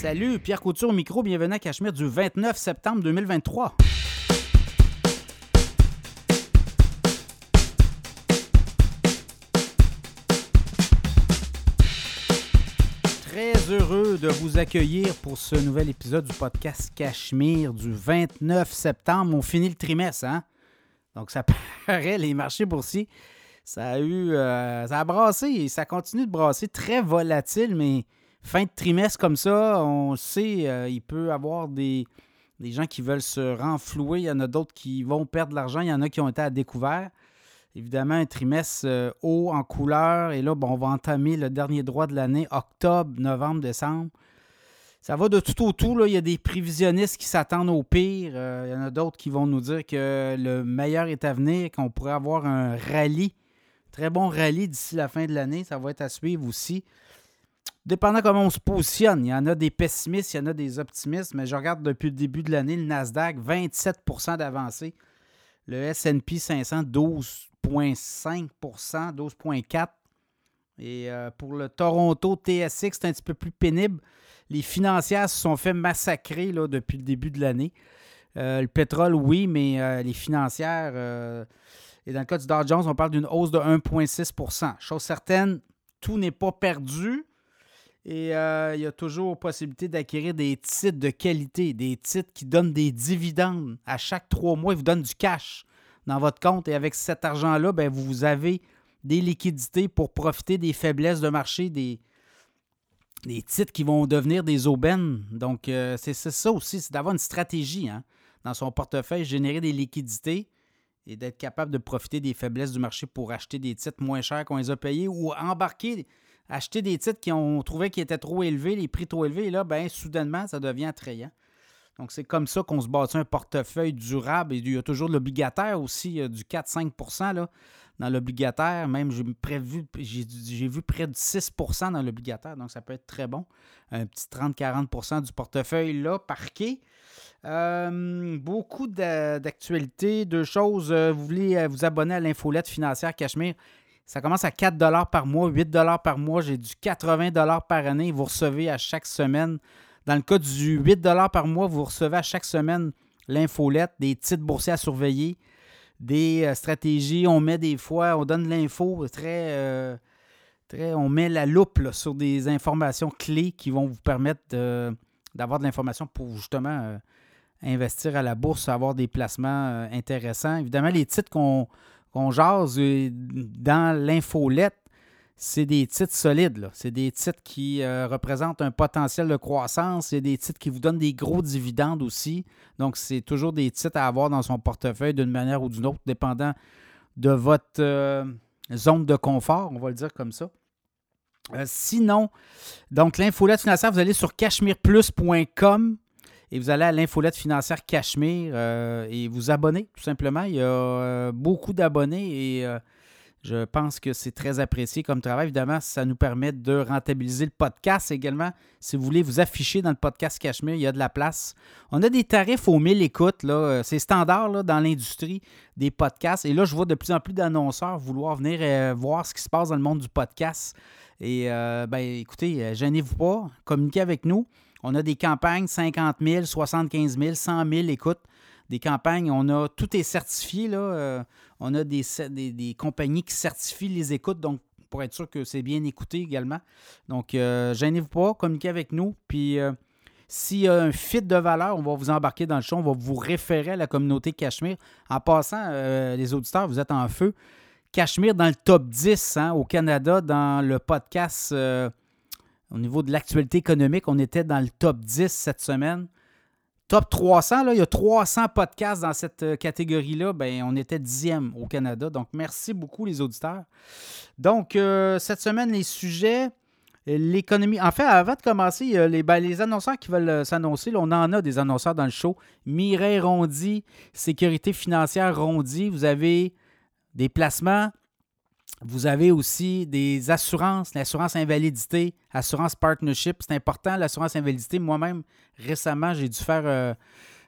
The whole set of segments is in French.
Salut, Pierre Couture au micro, bienvenue à Cachemire du 29 septembre 2023. Très heureux de vous accueillir pour ce nouvel épisode du podcast Cachemire du 29 septembre. On finit le trimestre, hein? Donc ça paraît, les marchés boursiers, ça a brassé et ça continue de brasser. Très volatile, mais fin de trimestre comme ça, on le sait, il peut y avoir des gens qui veulent se renflouer. Il y en a d'autres qui vont perdre de l'argent. Il y en a qui ont été à découvert. Évidemment, un trimestre haut en couleur. Et là, on va entamer le dernier droit de l'année, octobre, novembre, décembre. Ça va de tout au tout. Là. Il y a des prévisionnistes qui s'attendent au pire. Il y en a d'autres qui vont nous dire que le meilleur est à venir, qu'on pourrait avoir un rallye, très bon rallye d'ici la fin de l'année. Ça va être à suivre aussi. Dépendant comment on se positionne, il y en a des pessimistes, il y en a des optimistes, mais je regarde depuis le début de l'année, le Nasdaq, 27 % d'avancée. Le S&P 500, 12,5 %, 12,4 %. Et pour le Toronto TSX, c'est un petit peu plus pénible. Les financières se sont fait massacrer là, depuis le début de l'année. Le pétrole, oui, mais les financières... et dans le cas du Dow Jones, on parle d'une hausse de 1,6 %. Chose certaine, tout n'est pas perdu. Et il y a toujours possibilité d'acquérir des titres de qualité, des titres qui donnent des dividendes. À chaque 3 mois, ils vous donnent du cash dans votre compte. Et avec cet argent-là, vous avez des liquidités pour profiter des faiblesses de marché, des titres qui vont devenir des aubaines. Donc, c'est ça aussi, c'est d'avoir une stratégie dans son portefeuille, générer des liquidités et d'être capable de profiter des faiblesses du marché pour acheter des titres moins chers qu'on les a payés ou acheter des titres qu'on trouvait qui étaient trop élevés, les prix trop élevés, et là, soudainement, ça devient attrayant. Donc, c'est comme ça qu'on se bâtit un portefeuille durable. Et il y a toujours de l'obligataire aussi, du 4-5 % là, dans l'obligataire. Même, j'ai vu près de 6 % dans l'obligataire. Donc, ça peut être très bon. Un petit 30-40 % du portefeuille, là, parqué. Beaucoup d'actualités. Deux choses. Vous voulez vous abonner à l'infolette financière Cachemire. Ça commence à 4 $ par mois, 8 $ par mois. J'ai du 80 $ par année. Vous recevez à chaque semaine. Dans le cas du 8 $ par mois, vous recevez à chaque semaine l'infolette, des titres boursiers à surveiller, des stratégies. On met des fois, on donne de l'info on met la loupe là, sur des informations clés qui vont vous permettre d'avoir de l'information pour justement investir à la bourse, avoir des placements intéressants. Évidemment, les titres qu'on jase dans l'infolette, c'est des titres solides. Là. C'est des titres qui représentent un potentiel de croissance. C'est des titres qui vous donnent des gros dividendes aussi. Donc, c'est toujours des titres à avoir dans son portefeuille d'une manière ou d'une autre, dépendant de votre zone de confort, on va le dire comme ça. Sinon, donc l'infolette financière, vous allez sur cachemireplus.com et vous allez à l'infolette financière Cachemire et vous abonnez, tout simplement. Il y a beaucoup d'abonnés et je pense que c'est très apprécié comme travail. Évidemment, ça nous permet de rentabiliser le podcast également. Si vous voulez vous afficher dans le podcast Cachemire, il y a de la place. On a des tarifs aux 1000 écoutes. Là. C'est standard là, dans l'industrie des podcasts. Et là, je vois de plus en plus d'annonceurs vouloir venir voir ce qui se passe dans le monde du podcast. Et écoutez, gênez-vous pas, communiquez avec nous. On a des campagnes 50 000, 75 000, 100 000 écoutes. Des campagnes, tout est certifié. Là. On a des compagnies qui certifient les écoutes, donc pour être sûr que c'est bien écouté également. Donc, gênez-vous pas, communiquez avec nous. Puis, s'il y a un fit de valeur, on va vous embarquer dans le show, on va vous référer à la communauté Cachemire. En passant, les auditeurs, vous êtes en feu. Cachemire dans le top 10 au Canada, dans le podcast au niveau de l'actualité économique, on était dans le top 10 cette semaine. Top 300, là, il y a 300 podcasts dans cette catégorie-là. On était 10e au Canada. Donc, merci beaucoup, les auditeurs. Donc, cette semaine, les sujets, l'économie. En fait, avant de commencer, il y a les annonceurs qui veulent s'annoncer. Là, on en a des annonceurs dans le show. Mireille Rondy, Sécurité financière Rondy. Vous avez des placements. Vous avez aussi des assurances, l'assurance invalidité, assurance partnership. C'est important, l'assurance invalidité. Moi-même, récemment, j'ai dû faire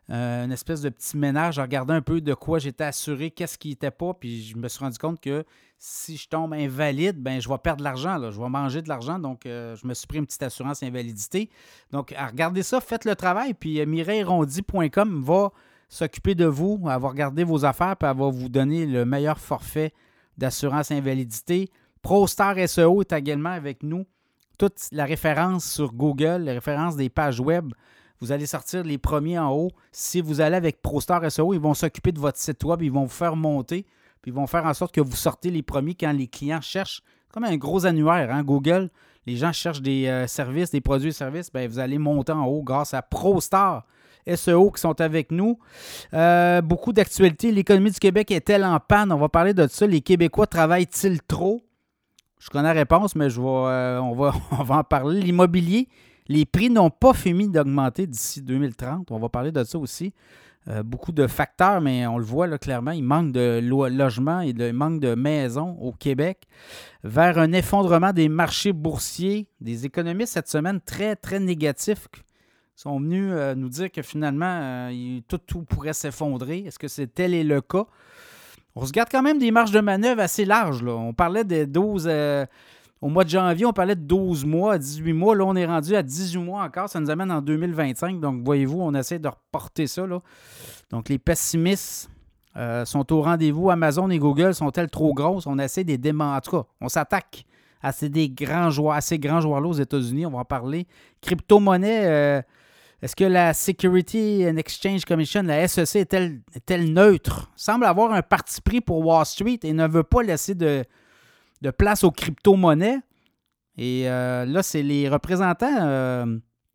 une espèce de petit ménage. Je regardais un peu de quoi j'étais assuré, qu'est-ce qui n'était pas, puis je me suis rendu compte que si je tombe invalide, ben je vais perdre de l'argent, là. Je vais manger de l'argent, donc je me suis pris une petite assurance invalidité. Donc, regardez ça, faites le travail, puis mireillerondy.com va s'occuper de vous, elle va regarder vos affaires, puis elle va vous donner le meilleur forfait d'assurance invalidité. ProStar SEO est également avec nous. Toute la référence sur Google, les références des pages web, vous allez sortir les premiers en haut. Si vous allez avec ProStar SEO, ils vont s'occuper de votre site web, ils vont vous faire monter, puis ils vont faire en sorte que vous sortez les premiers quand les clients cherchent. Comme un gros annuaire, hein? Google, les gens cherchent des services, des produits et services, bien, vous allez monter en haut grâce à ProStar SEO qui sont avec nous. Beaucoup d'actualités. L'économie du Québec est-elle en panne? On va parler de ça. Les Québécois travaillent-ils trop? Je connais la réponse, mais on va en parler. L'immobilier, les prix n'ont pas fini d'augmenter d'ici 2030. On va parler de ça aussi. Beaucoup de facteurs, mais on le voit là, clairement. Il manque de logements et il manque de maisons au Québec. Vers un effondrement des marchés boursiers. Des économistes cette semaine très, très négatifs sont venus nous dire que finalement, tout pourrait s'effondrer. Est-ce que tel est le cas? On se garde quand même des marges de manœuvre assez larges, là. On parlait de 12... au mois de janvier, on parlait de 12 mois à 18 mois. Là, on est rendu à 18 mois encore. Ça nous amène en 2025. Donc, voyez-vous, on essaie de reporter ça, là. Donc, les pessimistes sont au rendez-vous. Amazon et Google sont-elles trop grosses? On essaie de les démentir. En tout cas, on s'attaque à ces grands joueurs-là aux États-Unis. On va en parler. Crypto-monnaie... est-ce que la Security and Exchange Commission, la SEC, est-elle neutre? Semble avoir un parti pris pour Wall Street et ne veut pas laisser de place aux crypto-monnaies. Et là, c'est les représentants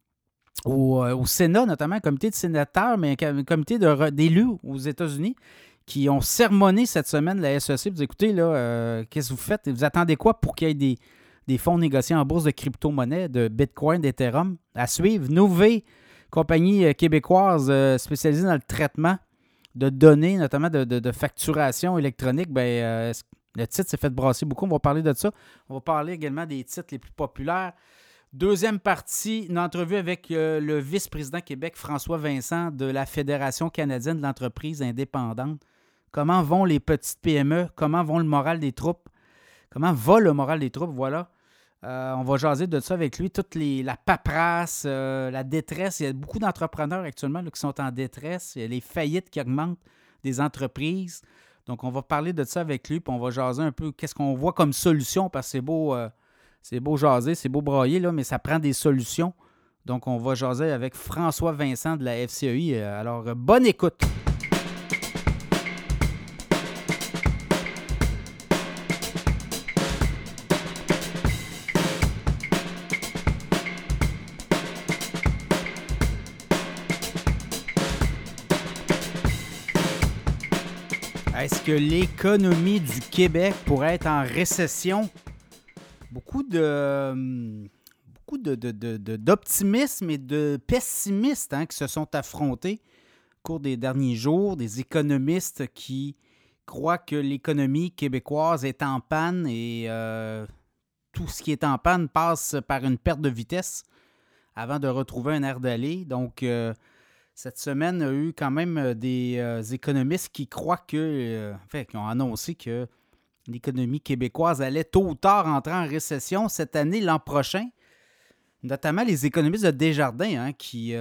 au Sénat, notamment un comité de sénateurs, mais un comité d'élus aux États-Unis qui ont sermonné cette semaine la SEC. Vous écoutez, là, qu'est-ce que vous faites? Vous attendez quoi pour qu'il y ait des fonds négociés en bourse de crypto-monnaies, de Bitcoin, d'Ethereum à suivre? Nouvé compagnie québécoise spécialisée dans le traitement de données, notamment de facturation électronique. Le titre s'est fait brasser beaucoup. On va parler de ça. On va parler également des titres les plus populaires. Deuxième partie, une entrevue avec le vice-président Québec, François Vincent, de la Fédération canadienne de l'entreprise indépendante. Comment vont les petites PME? Comment vont le moral des troupes? Comment va le moral des troupes? Voilà. On va jaser de ça avec lui. La paperasse, la détresse. Il y a beaucoup d'entrepreneurs actuellement là, qui sont en détresse. Il y a les faillites qui augmentent des entreprises. Donc, on va parler de ça avec lui, puis on va jaser un peu qu'est-ce qu'on voit comme solution, parce que c'est beau jaser, c'est beau brailler, là, mais ça prend des solutions. Donc, on va jaser avec François Vincent de la FCEI. Alors, bonne écoute! Est-ce que l'économie du Québec pourrait être en récession? Beaucoup d'optimisme et de pessimistes qui se sont affrontés au cours des derniers jours. Des économistes qui croient que l'économie québécoise est en panne et tout ce qui est en panne passe par une perte de vitesse avant de retrouver un air d'aller. Donc, cette semaine, il y a eu quand même des économistes qui croient qui ont annoncé que l'économie québécoise allait tôt ou tard entrer en récession cette année, l'an prochain. Notamment les économistes de Desjardins qui,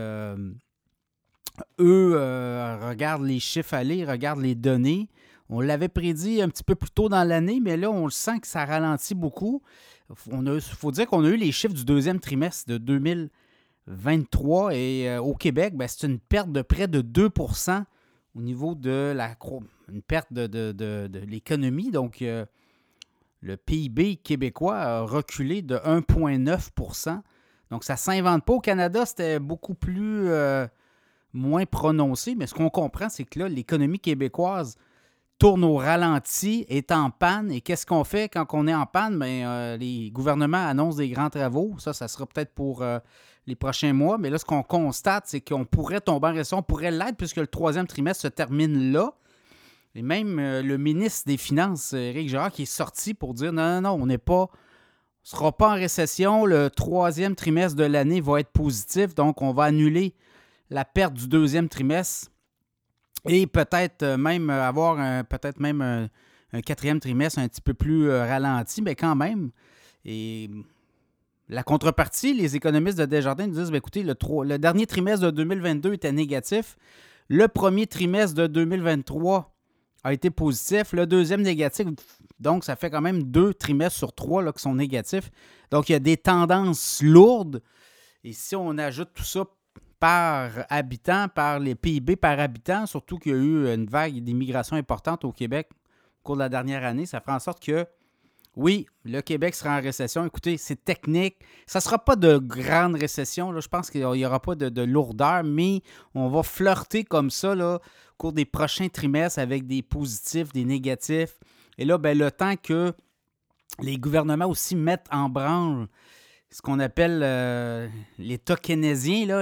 regardent les chiffres aller, regardent les données. On l'avait prédit un petit peu plus tôt dans l'année, mais là, on le sent que ça ralentit beaucoup. Il faut dire qu'on a eu les chiffres du deuxième trimestre de 2023 et au Québec, c'est une perte de près de 2 % au niveau de une perte de l'économie. Donc, le PIB québécois a reculé de 1,9 %. Donc, ça ne s'invente pas. Au Canada, c'était beaucoup plus moins prononcé. Mais ce qu'on comprend, c'est que là, l'économie québécoise tourne au ralenti, est en panne. Et qu'est-ce qu'on fait quand on est en panne? Les gouvernements annoncent des grands travaux. Ça sera peut-être pour les prochains mois. Mais là, ce qu'on constate, c'est qu'on pourrait tomber en récession. On pourrait l'être puisque le troisième trimestre se termine là. Et même le ministre des Finances, Éric Girard, qui est sorti pour dire non, on ne sera pas en récession. Le troisième trimestre de l'année va être positif. Donc, on va annuler la perte du deuxième trimestre et peut-être même avoir un quatrième trimestre un petit peu plus ralenti, mais quand même. Et la contrepartie, les économistes de Desjardins nous disent, écoutez, le dernier trimestre de 2022 était négatif. Le premier trimestre de 2023 a été positif. Le deuxième négatif. Donc, ça fait quand même 2 trimestres sur 3 là, qui sont négatifs. Donc, il y a des tendances lourdes. Et si on ajoute tout ça par habitant, par les PIB par habitant, surtout qu'il y a eu une vague d'immigration importante au Québec au cours de la dernière année, ça fait en sorte que, oui, le Québec sera en récession. Écoutez, c'est technique. Ça ne sera pas de grande récession. Là. Je pense qu'il n'y aura pas de lourdeur, mais on va flirter comme ça là, au cours des prochains trimestres avec des positifs, des négatifs. Et là, le temps que les gouvernements aussi mettent en branle ce qu'on appelle l'État keynésien, là,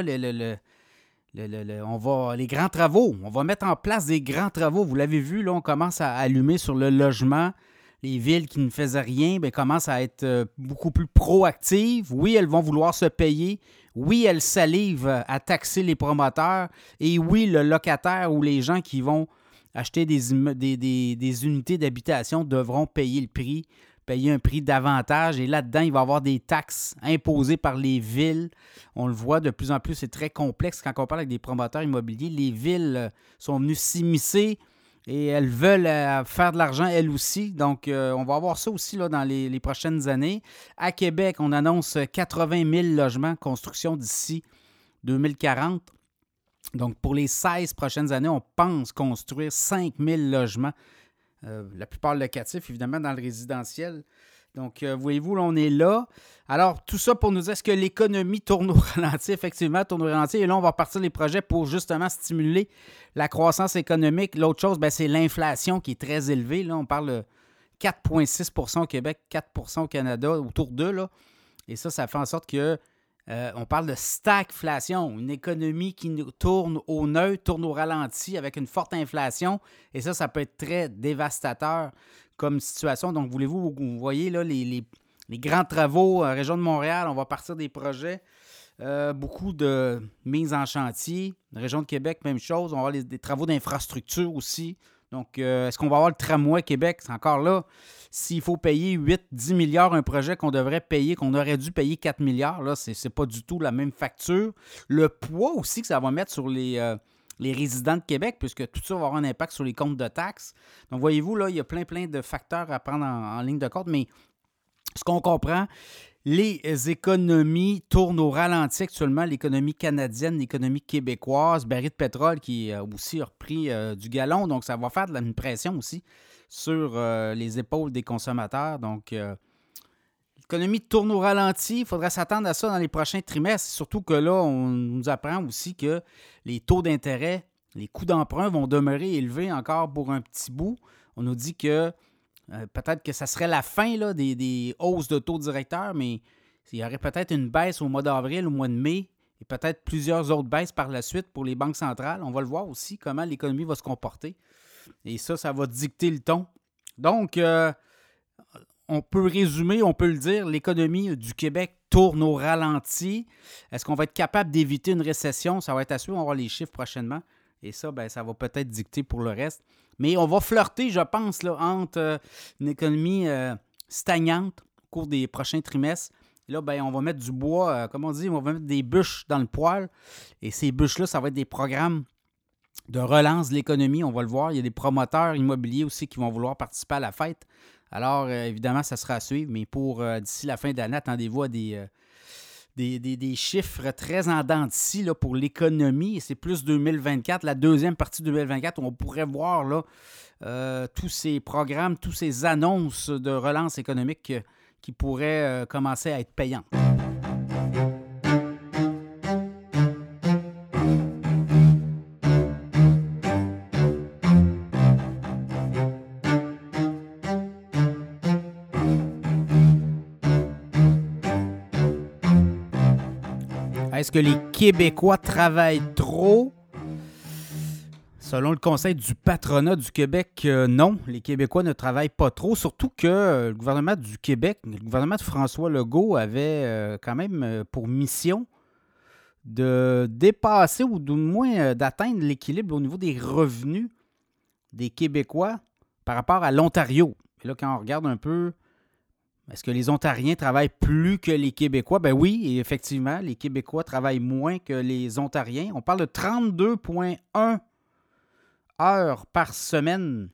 les grands travaux. On va mettre en place des grands travaux. Vous l'avez vu, là, on commence à allumer sur le logement. Les villes qui ne faisaient rien commencent à être beaucoup plus proactives. Oui, elles vont vouloir se payer. Oui, elles salivent à taxer les promoteurs. Et oui, le locataire ou les gens qui vont acheter des unités d'habitation devront payer le prix, payer un prix davantage. Et là-dedans, il va y avoir des taxes imposées par les villes. On le voit de plus en plus, c'est très complexe quand on parle avec des promoteurs immobiliers. Les villes sont venues s'immiscer et elles veulent faire de l'argent elles aussi. Donc, on va avoir ça aussi là, dans les prochaines années. À Québec, on annonce 80 000 logements construction d'ici 2040. Donc, pour les 16 prochaines années, on pense construire 5 000 logements. La plupart locatifs, évidemment, dans le résidentiel. Donc, voyez-vous, là, on est là. Alors, tout ça pour nous dire, est-ce que l'économie tourne au ralenti? Effectivement, tourne au ralenti. Et là, on va repartir les projets pour justement stimuler la croissance économique. L'autre chose, c'est l'inflation qui est très élevée. Là, on parle de 4,6 % au Québec, 4 % au Canada, autour d'eux. Là. Et ça fait en sorte que on parle de stagflation, une économie qui tourne au neutre, tourne au ralenti avec une forte inflation. Et ça peut être très dévastateur comme situation. Donc, vous voyez là, les grands travaux, région de Montréal, on va partir des projets. Beaucoup de mise en chantier. Région de Québec, même chose. On va avoir des travaux d'infrastructure aussi. Donc, est-ce qu'on va avoir le tramway Québec? C'est encore là. S'il faut payer 8-10 milliards un projet qu'on devrait payer, qu'on aurait dû payer 4 milliards, là, c'est pas du tout la même facture. Le poids aussi que ça va mettre sur les résidents de Québec, puisque tout ça va avoir un impact sur les comptes de taxes. Donc, voyez-vous, là, il y a plein de facteurs à prendre en ligne de compte, mais ce qu'on comprend, les économies tournent au ralenti actuellement. L'économie canadienne, l'économie québécoise, baril de pétrole qui a aussi repris du galon. Donc, ça va faire une pression aussi sur les épaules des consommateurs. Donc, l'économie tourne au ralenti. Il faudrait s'attendre à ça dans les prochains trimestres. Surtout que là, on nous apprend aussi que les taux d'intérêt, les coûts d'emprunt vont demeurer élevés encore pour un petit bout. On nous dit que peut-être que ça serait la fin là, des hausses de taux directeurs, mais il y aurait peut-être une baisse au mois d'avril, au mois de mai, et peut-être plusieurs autres baisses par la suite pour les banques centrales. On va le voir aussi, comment l'économie va se comporter. Et ça va dicter le ton. Donc, on peut résumer, on peut le dire, l'économie du Québec tourne au ralenti. Est-ce qu'on va être capable d'éviter une récession? Ça va être à suivre, on va voir les chiffres prochainement. Et ça, ça va peut-être dicter pour le reste. Mais on va flirter, je pense, là, entre une économie stagnante au cours des prochains trimestres. Et là, on va mettre du bois, comme on dit, on va mettre des bûches dans le poêle. Et ces bûches-là, ça va être des programmes de relance de l'économie. On va le voir. Il y a des promoteurs immobiliers aussi qui vont vouloir participer à la fête. Alors, évidemment, ça sera à suivre. Mais pour d'ici la fin de l'année, attendez-vous à des chiffres très en dents de scie là, pour l'économie. Et c'est plus 2024, la deuxième partie de 2024, où on pourrait voir là, tous ces programmes, toutes ces annonces de relance économique qui pourraient commencer à être payantes. Est-ce que les Québécois travaillent trop? Selon le conseil du patronat du Québec, non, les Québécois ne travaillent pas trop, surtout que le gouvernement du Québec, le gouvernement de François Legault avait quand même pour mission de dépasser ou du moins d'atteindre l'équilibre au niveau des revenus des Québécois par rapport à l'Ontario. Et là, quand on regarde un peu, est-ce que les Ontariens travaillent plus que les Québécois? Ben oui, et effectivement, les Québécois travaillent moins que les Ontariens. On parle de 32,1 heures par semaine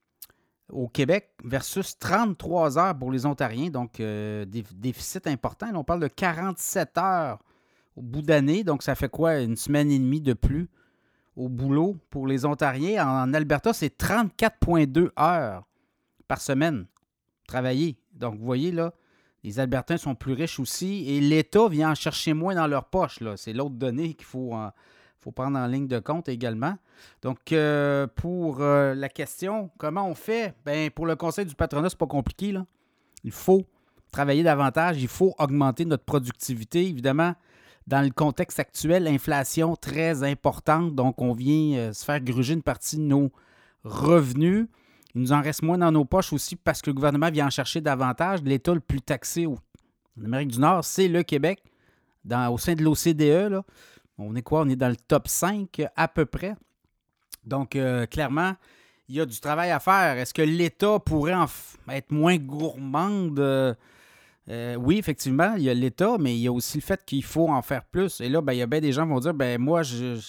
au Québec versus 33 heures pour les Ontariens. Donc, déficit important. Là, on parle de 47 heures au bout d'année. Donc, ça fait quoi? Une semaine et demie de plus au boulot pour les Ontariens. En Alberta, c'est 34,2 heures par semaine travaillées. Donc, vous voyez, là, les Albertains sont plus riches aussi et l'État vient en chercher moins dans leur poche. Là. C'est l'autre donnée qu'il faut prendre en ligne de compte également. Donc, pour la question, comment on fait? Bien, pour le Conseil du patronat, c'est pas compliqué, là. Il faut travailler davantage, il faut augmenter notre productivité. Évidemment, dans le contexte actuel, l'inflation très importante, donc on vient se faire gruger une partie de nos revenus. Il nous en reste moins dans nos poches aussi parce que le gouvernement vient en chercher davantage. L'État le plus taxé en Amérique du Nord, c'est le Québec. Au sein de l'OCDE, là, on est quoi? On est dans le top 5 à peu près. Donc, clairement, il y a du travail à faire. Est-ce que l'État pourrait être moins gourmande? Oui, effectivement, il y a l'État, mais il y a aussi le fait qu'il faut en faire plus. Et là, ben, il y a bien des gens qui vont dire, ben moi,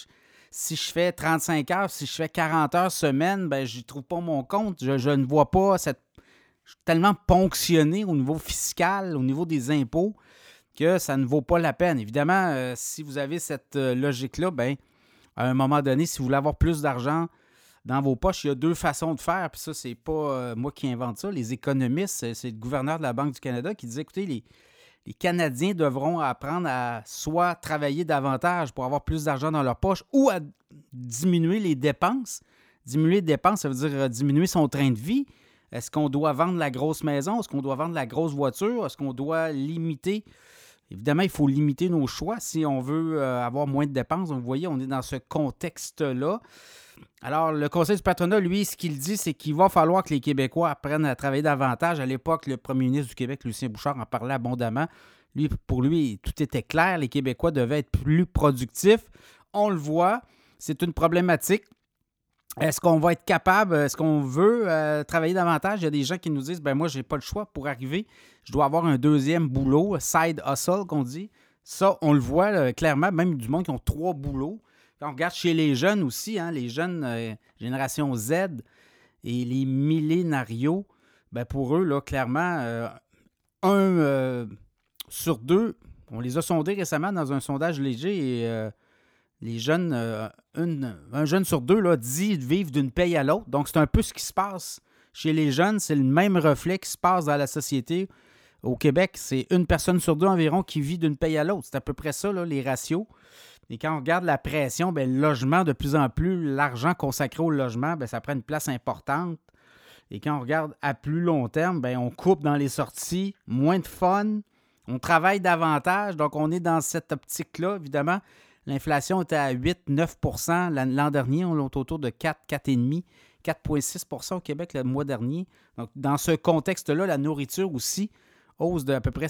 si je fais 35 heures, si je fais 40 heures semaine, ben je n'y trouve pas mon compte. Je ne vois pas Je suis tellement ponctionné au niveau fiscal, au niveau des impôts, que ça ne vaut pas la peine. Évidemment, si vous avez cette logique-là, ben à un moment donné, si vous voulez avoir plus d'argent dans vos poches, il y a deux façons de faire. Puis ça, c'est pas moi qui invente ça. Les économistes, c'est le gouverneur de la Banque du Canada qui disait, écoutez, les Canadiens devront apprendre à soit travailler davantage pour avoir plus d'argent dans leur poche ou à diminuer les dépenses. Diminuer les dépenses, ça veut dire diminuer son train de vie. Est-ce qu'on doit vendre la grosse maison? Est-ce qu'on doit vendre la grosse voiture? Est-ce qu'on doit limiter? Évidemment, il faut limiter nos choix si on veut avoir moins de dépenses. Donc, vous voyez, on est dans ce contexte-là. Alors, le Conseil du patronat, lui, ce qu'il dit, c'est qu'il va falloir que les Québécois apprennent à travailler davantage. À l'époque, le premier ministre du Québec, Lucien Bouchard, en parlait abondamment. Pour lui, tout était clair. Les Québécois devaient être plus productifs. On le voit. C'est une problématique. Est-ce qu'on va être capable, est-ce qu'on veut travailler davantage? Il y a des gens qui nous disent, ben moi, je n'ai pas le choix pour arriver. Je dois avoir un deuxième boulot, side hustle qu'on dit. Ça, on le voit clairement, même du monde qui ont 3 boulots. Quand on regarde chez les jeunes aussi, hein, les jeunes génération Z et les millénarios, ben pour eux, là, clairement, 1 sur 2, on les a sondés récemment dans un sondage léger et les jeunes, un jeune sur 2 là, dit vivre d'une paye à l'autre. Donc, c'est un peu ce qui se passe chez les jeunes. C'est le même reflet qui se passe dans la société. Au Québec, c'est 1 personne sur 2 environ qui vit d'une paye à l'autre. C'est à peu près ça, là, les ratios. Et quand on regarde la pression, bien, le logement, de plus en plus, l'argent consacré au logement, bien, ça prend une place importante. Et quand on regarde à plus long terme, bien, on coupe dans les sorties, moins de fun, on travaille davantage. Donc, on est dans cette optique-là, évidemment. L'inflation était à 8-9 l'an dernier. On est autour de 4,5 4,6 au Québec le mois dernier. Donc, dans ce contexte-là, la nourriture aussi hausse d'à peu près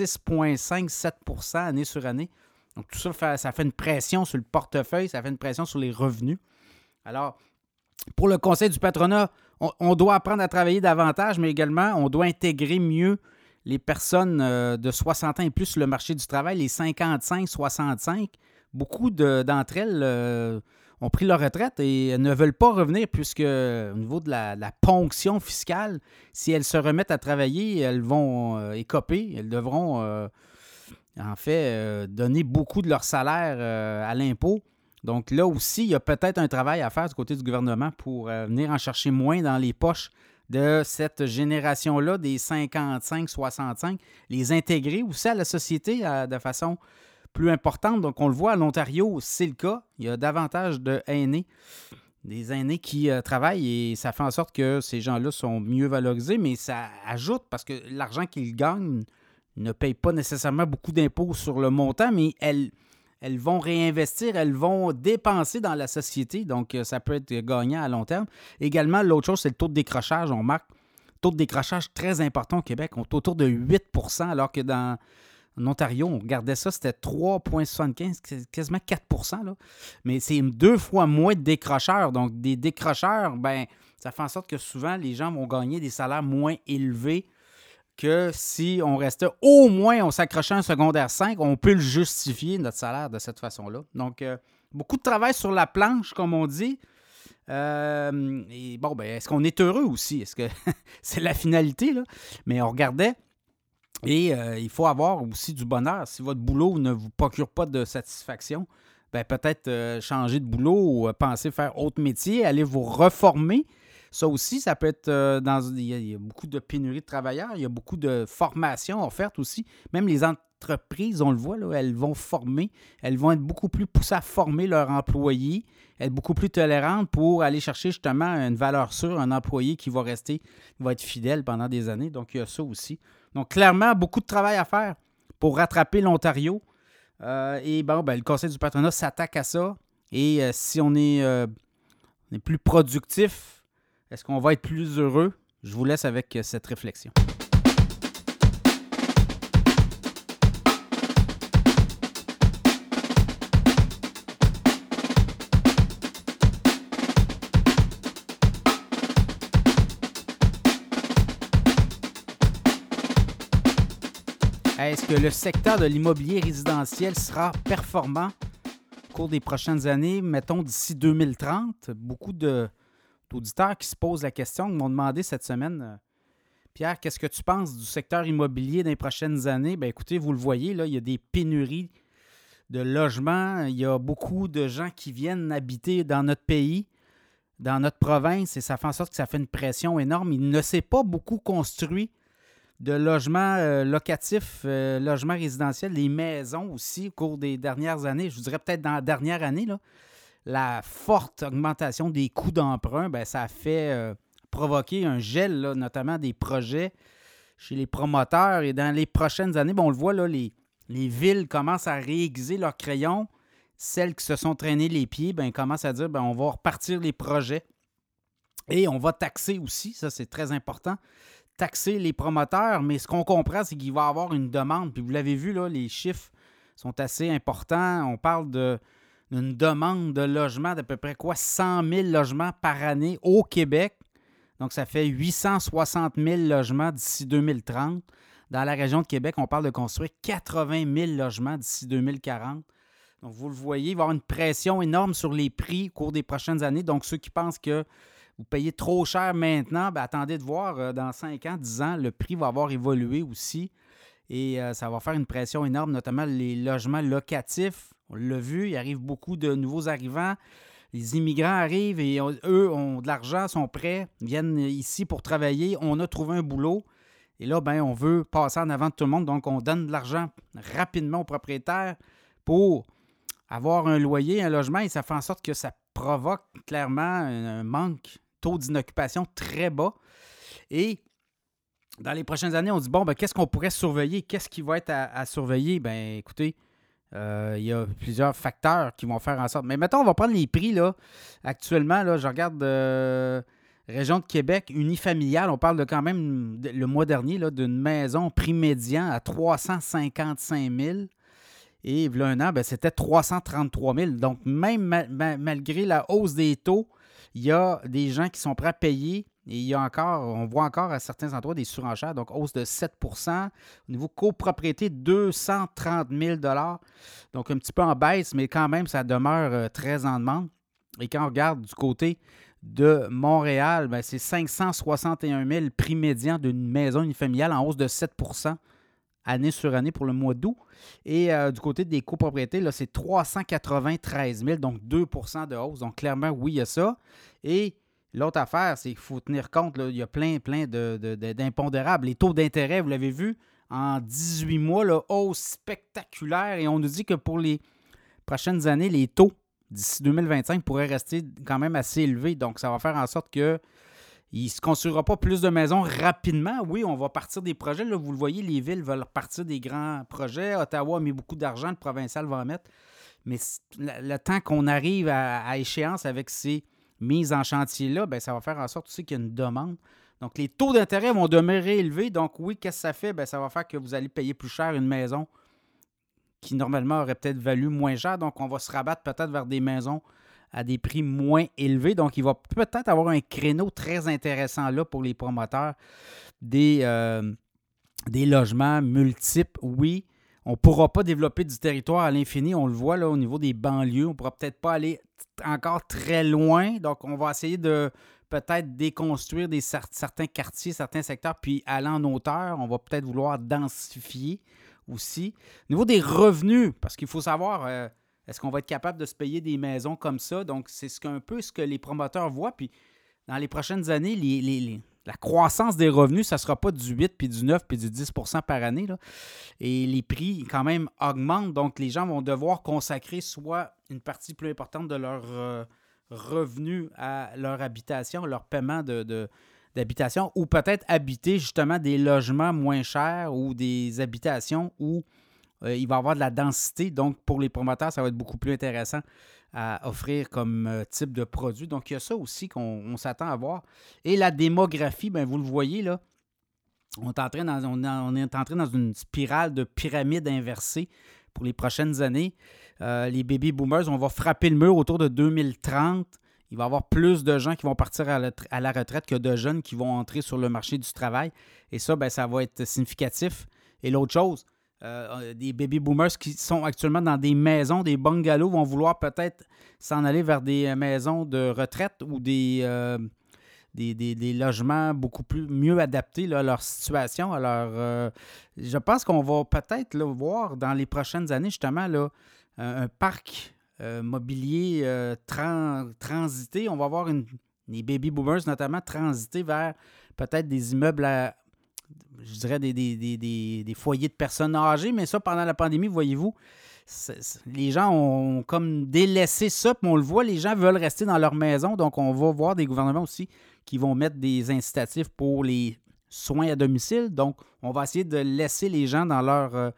6,5-7 année sur année. Donc, tout ça, ça fait une pression sur le portefeuille, ça fait une pression sur les revenus. Alors, pour le Conseil du patronat, on doit apprendre à travailler davantage, mais également, on doit intégrer mieux les personnes de 60 ans et plus sur le marché du travail, les 55-65. Beaucoup d'entre elles ont pris leur retraite et ne veulent pas revenir puisque au niveau de la ponction fiscale, si elles se remettent à travailler, elles vont écoper. Elles devront en fait donner beaucoup de leur salaire à l'impôt. Donc là aussi, il y a peut-être un travail à faire du côté du gouvernement pour venir en chercher moins dans les poches de cette génération-là, des 55-65, les intégrer aussi à la société de façon plus importante. Donc, on le voit à l'Ontario, c'est le cas. Il y a davantage d'aînés, des aînés qui travaillent et ça fait en sorte que ces gens-là sont mieux valorisés, mais ça ajoute parce que l'argent qu'ils gagnent ne paye pas nécessairement beaucoup d'impôts sur le montant, mais elles vont réinvestir, elles vont dépenser dans la société. Donc, ça peut être gagnant à long terme. Également, l'autre chose, c'est le taux de décrochage. On marque taux de décrochage très important au Québec. On est autour de 8 alors que dans En Ontario, on regardait ça, c'était 3,75, quasiment 4 là. Mais c'est 2 fois moins de décrocheurs. Donc, des décrocheurs, ben, ça fait en sorte que souvent, les gens vont gagner des salaires moins élevés que si on restait au moins, on s'accrochait à un secondaire 5, on peut le justifier, notre salaire, de cette façon-là. Donc, beaucoup de travail sur la planche, comme on dit. Et bon, ben, est-ce qu'on est heureux aussi? Est-ce que c'est la finalité, là? Mais on regardait. Et il faut avoir aussi du bonheur. Si votre boulot ne vous procure pas de satisfaction, ben peut-être changer de boulot ou penser faire autre métier, aller vous reformer. Ça aussi, ça peut être il y a beaucoup de pénurie de travailleurs, il y a beaucoup de formations offertes aussi. Même les entreprises, on le voit, là, elles vont former, elles vont être beaucoup plus poussées à former leurs employés, être beaucoup plus tolérantes pour aller chercher justement une valeur sûre, un employé qui va rester, qui va être fidèle pendant des années. Donc, il y a ça aussi. Donc, clairement, beaucoup de travail à faire pour rattraper l'Ontario. Et bon, ben, le Conseil du patronat s'attaque à ça. Et si on est plus productif, est-ce qu'on va être plus heureux? Je vous laisse avec cette réflexion. Est-ce que le secteur de l'immobilier résidentiel sera performant au cours des prochaines années, mettons d'ici 2030? Beaucoup d'auditeurs qui se posent la question, qui m'ont demandé cette semaine, Pierre, qu'est-ce que tu penses du secteur immobilier dans les prochaines années? Bien, écoutez, vous le voyez, là, il y a des pénuries de logements. Il y a beaucoup de gens qui viennent habiter dans notre pays, dans notre province, et ça fait en sorte que ça fait une pression énorme. Il ne s'est pas beaucoup construit de logements locatifs, logements résidentiels, les maisons aussi au cours des dernières années. Je vous dirais peut-être dans la dernière année, là, la forte augmentation des coûts d'emprunt, bien, ça a fait provoquer un gel, là, notamment des projets chez les promoteurs. Et dans les prochaines années, on le voit, là, les villes commencent à réaiguiser leurs crayons. Celles qui se sont traînées les pieds, bien, commencent à dire on va repartir les projets. Et on va taxer aussi, ça c'est très important, taxer les promoteurs. Mais ce qu'on comprend, c'est qu'il va y avoir une demande. Puis vous l'avez vu, là, les chiffres sont assez importants. On parle d'une demande de logement d'à peu près 100 000 logements par année au Québec. Donc, ça fait 860 000 logements d'ici 2030. Dans la région de Québec, on parle de construire 80 000 logements d'ici 2040. Donc, vous le voyez, il va y avoir une pression énorme sur les prix au cours des prochaines années. Donc, ceux qui pensent que vous payez trop cher maintenant, bien, attendez de voir, dans 5 ans, 10 ans, le prix va avoir évolué aussi. Et ça va faire une pression énorme, notamment les logements locatifs. On l'a vu, il arrive beaucoup de nouveaux arrivants. Les immigrants arrivent et eux ont de l'argent, sont prêts, viennent ici pour travailler. On a trouvé un boulot. Et là, ben, on veut passer en avant de tout le monde. Donc, on donne de l'argent rapidement aux propriétaires pour avoir un loyer, un logement. Et ça fait en sorte que ça provoque clairement un manque, taux d'inoccupation très bas. Et dans les prochaines années, on dit, qu'est-ce qu'on pourrait surveiller? Qu'est-ce qui va être à surveiller? Bien, écoutez, il y a plusieurs facteurs qui vont faire en sorte. Mais mettons, on va prendre les prix, là. Actuellement, là, je regarde région de Québec, unifamiliale. On parle de quand même, le mois dernier, là, d'une maison prix médian à 355 000. Et il y a un an, c'était 333 000. Donc, même malgré la hausse des taux, il y a des gens qui sont prêts à payer. Et il y a encore, on voit encore à certains endroits des surenchères, donc hausse de 7 %. Au niveau copropriété, 230 000 $. Donc un petit peu en baisse, mais quand même, ça demeure très en demande. Et quand on regarde du côté de Montréal, c'est 561 000 prix médian d'une maison unifamiliale en hausse de 7 % année sur année pour le mois d'août. Et du côté des copropriétés, là, c'est 393 000, donc 2 % de hausse. Donc clairement, oui, il y a ça. Et l'autre affaire, c'est qu'il faut tenir compte, là, il y a plein d'impondérables. Les taux d'intérêt, vous l'avez vu, en 18 mois, là, hausse spectaculaire. Et on nous dit que pour les prochaines années, les taux d'ici 2025 pourraient rester quand même assez élevés. Donc, ça va faire en sorte qu'il ne se construira pas plus de maisons rapidement. Oui, on va partir des projets. Là, vous le voyez, les villes veulent partir des grands projets. Ottawa a mis beaucoup d'argent, le provincial va en mettre. Mais le temps qu'on arrive à échéance avec ces mise en chantier-là, ça va faire en sorte aussi qu'il y a une demande. Donc, les taux d'intérêt vont demeurer élevés. Donc, oui, qu'est-ce que ça fait? Ça va faire que vous allez payer plus cher une maison qui normalement auraient peut-être valu moins cher. Donc, on va se rabattre peut-être vers des maisons à des prix moins élevés. Donc, il va peut-être avoir un créneau très intéressant là pour les promoteurs. Des logements multiples, oui. On ne pourra pas développer du territoire à l'infini. On le voit là au niveau des banlieues. On ne pourra peut-être pas aller encore très loin. Donc, on va essayer de peut-être déconstruire certains quartiers, certains secteurs, puis aller en hauteur. On va peut-être vouloir densifier aussi. Au niveau des revenus, parce qu'il faut savoir, est-ce qu'on va être capable de se payer des maisons comme ça? Donc, c'est un peu ce que les promoteurs voient. Puis, dans les prochaines années, la croissance des revenus, ça ne sera pas du 8, puis du 9, puis du 10 par année, là. Et les prix, quand même, augmentent. Donc, les gens vont devoir consacrer soit une partie plus importante de leur revenus à leur habitation, leur paiement d'habitation, ou peut-être habiter justement des logements moins chers ou des habitations où il va y avoir de la densité. Donc, pour les promoteurs, ça va être beaucoup plus intéressant à offrir comme type de produit. Donc, il y a ça aussi qu'on s'attend à voir. Et la démographie, bien, vous le voyez, là, on est entré dans une spirale de pyramide inversée pour les prochaines années. Les baby boomers, on va frapper le mur autour de 2030. Il va y avoir plus de gens qui vont partir à la retraite que de jeunes qui vont entrer sur le marché du travail. Et ça, bien, ça va être significatif. Et l'autre chose, des baby boomers qui sont actuellement dans des maisons, des bungalows, vont vouloir peut-être s'en aller vers des maisons de retraite ou des logements beaucoup mieux adaptés là, à leur situation. Alors, je pense qu'on va peut-être là, voir dans les prochaines années, justement, là, un parc mobilier transité. On va voir les baby boomers, notamment, transiter vers peut-être des immeubles je dirais des foyers de personnes âgées. Mais ça, pendant la pandémie, voyez-vous, les gens ont comme délaissé ça. Puis on le voit, les gens veulent rester dans leur maison. Donc, on va voir des gouvernements aussi qui vont mettre des incitatifs pour les soins à domicile. Donc, on va essayer de laisser les gens dans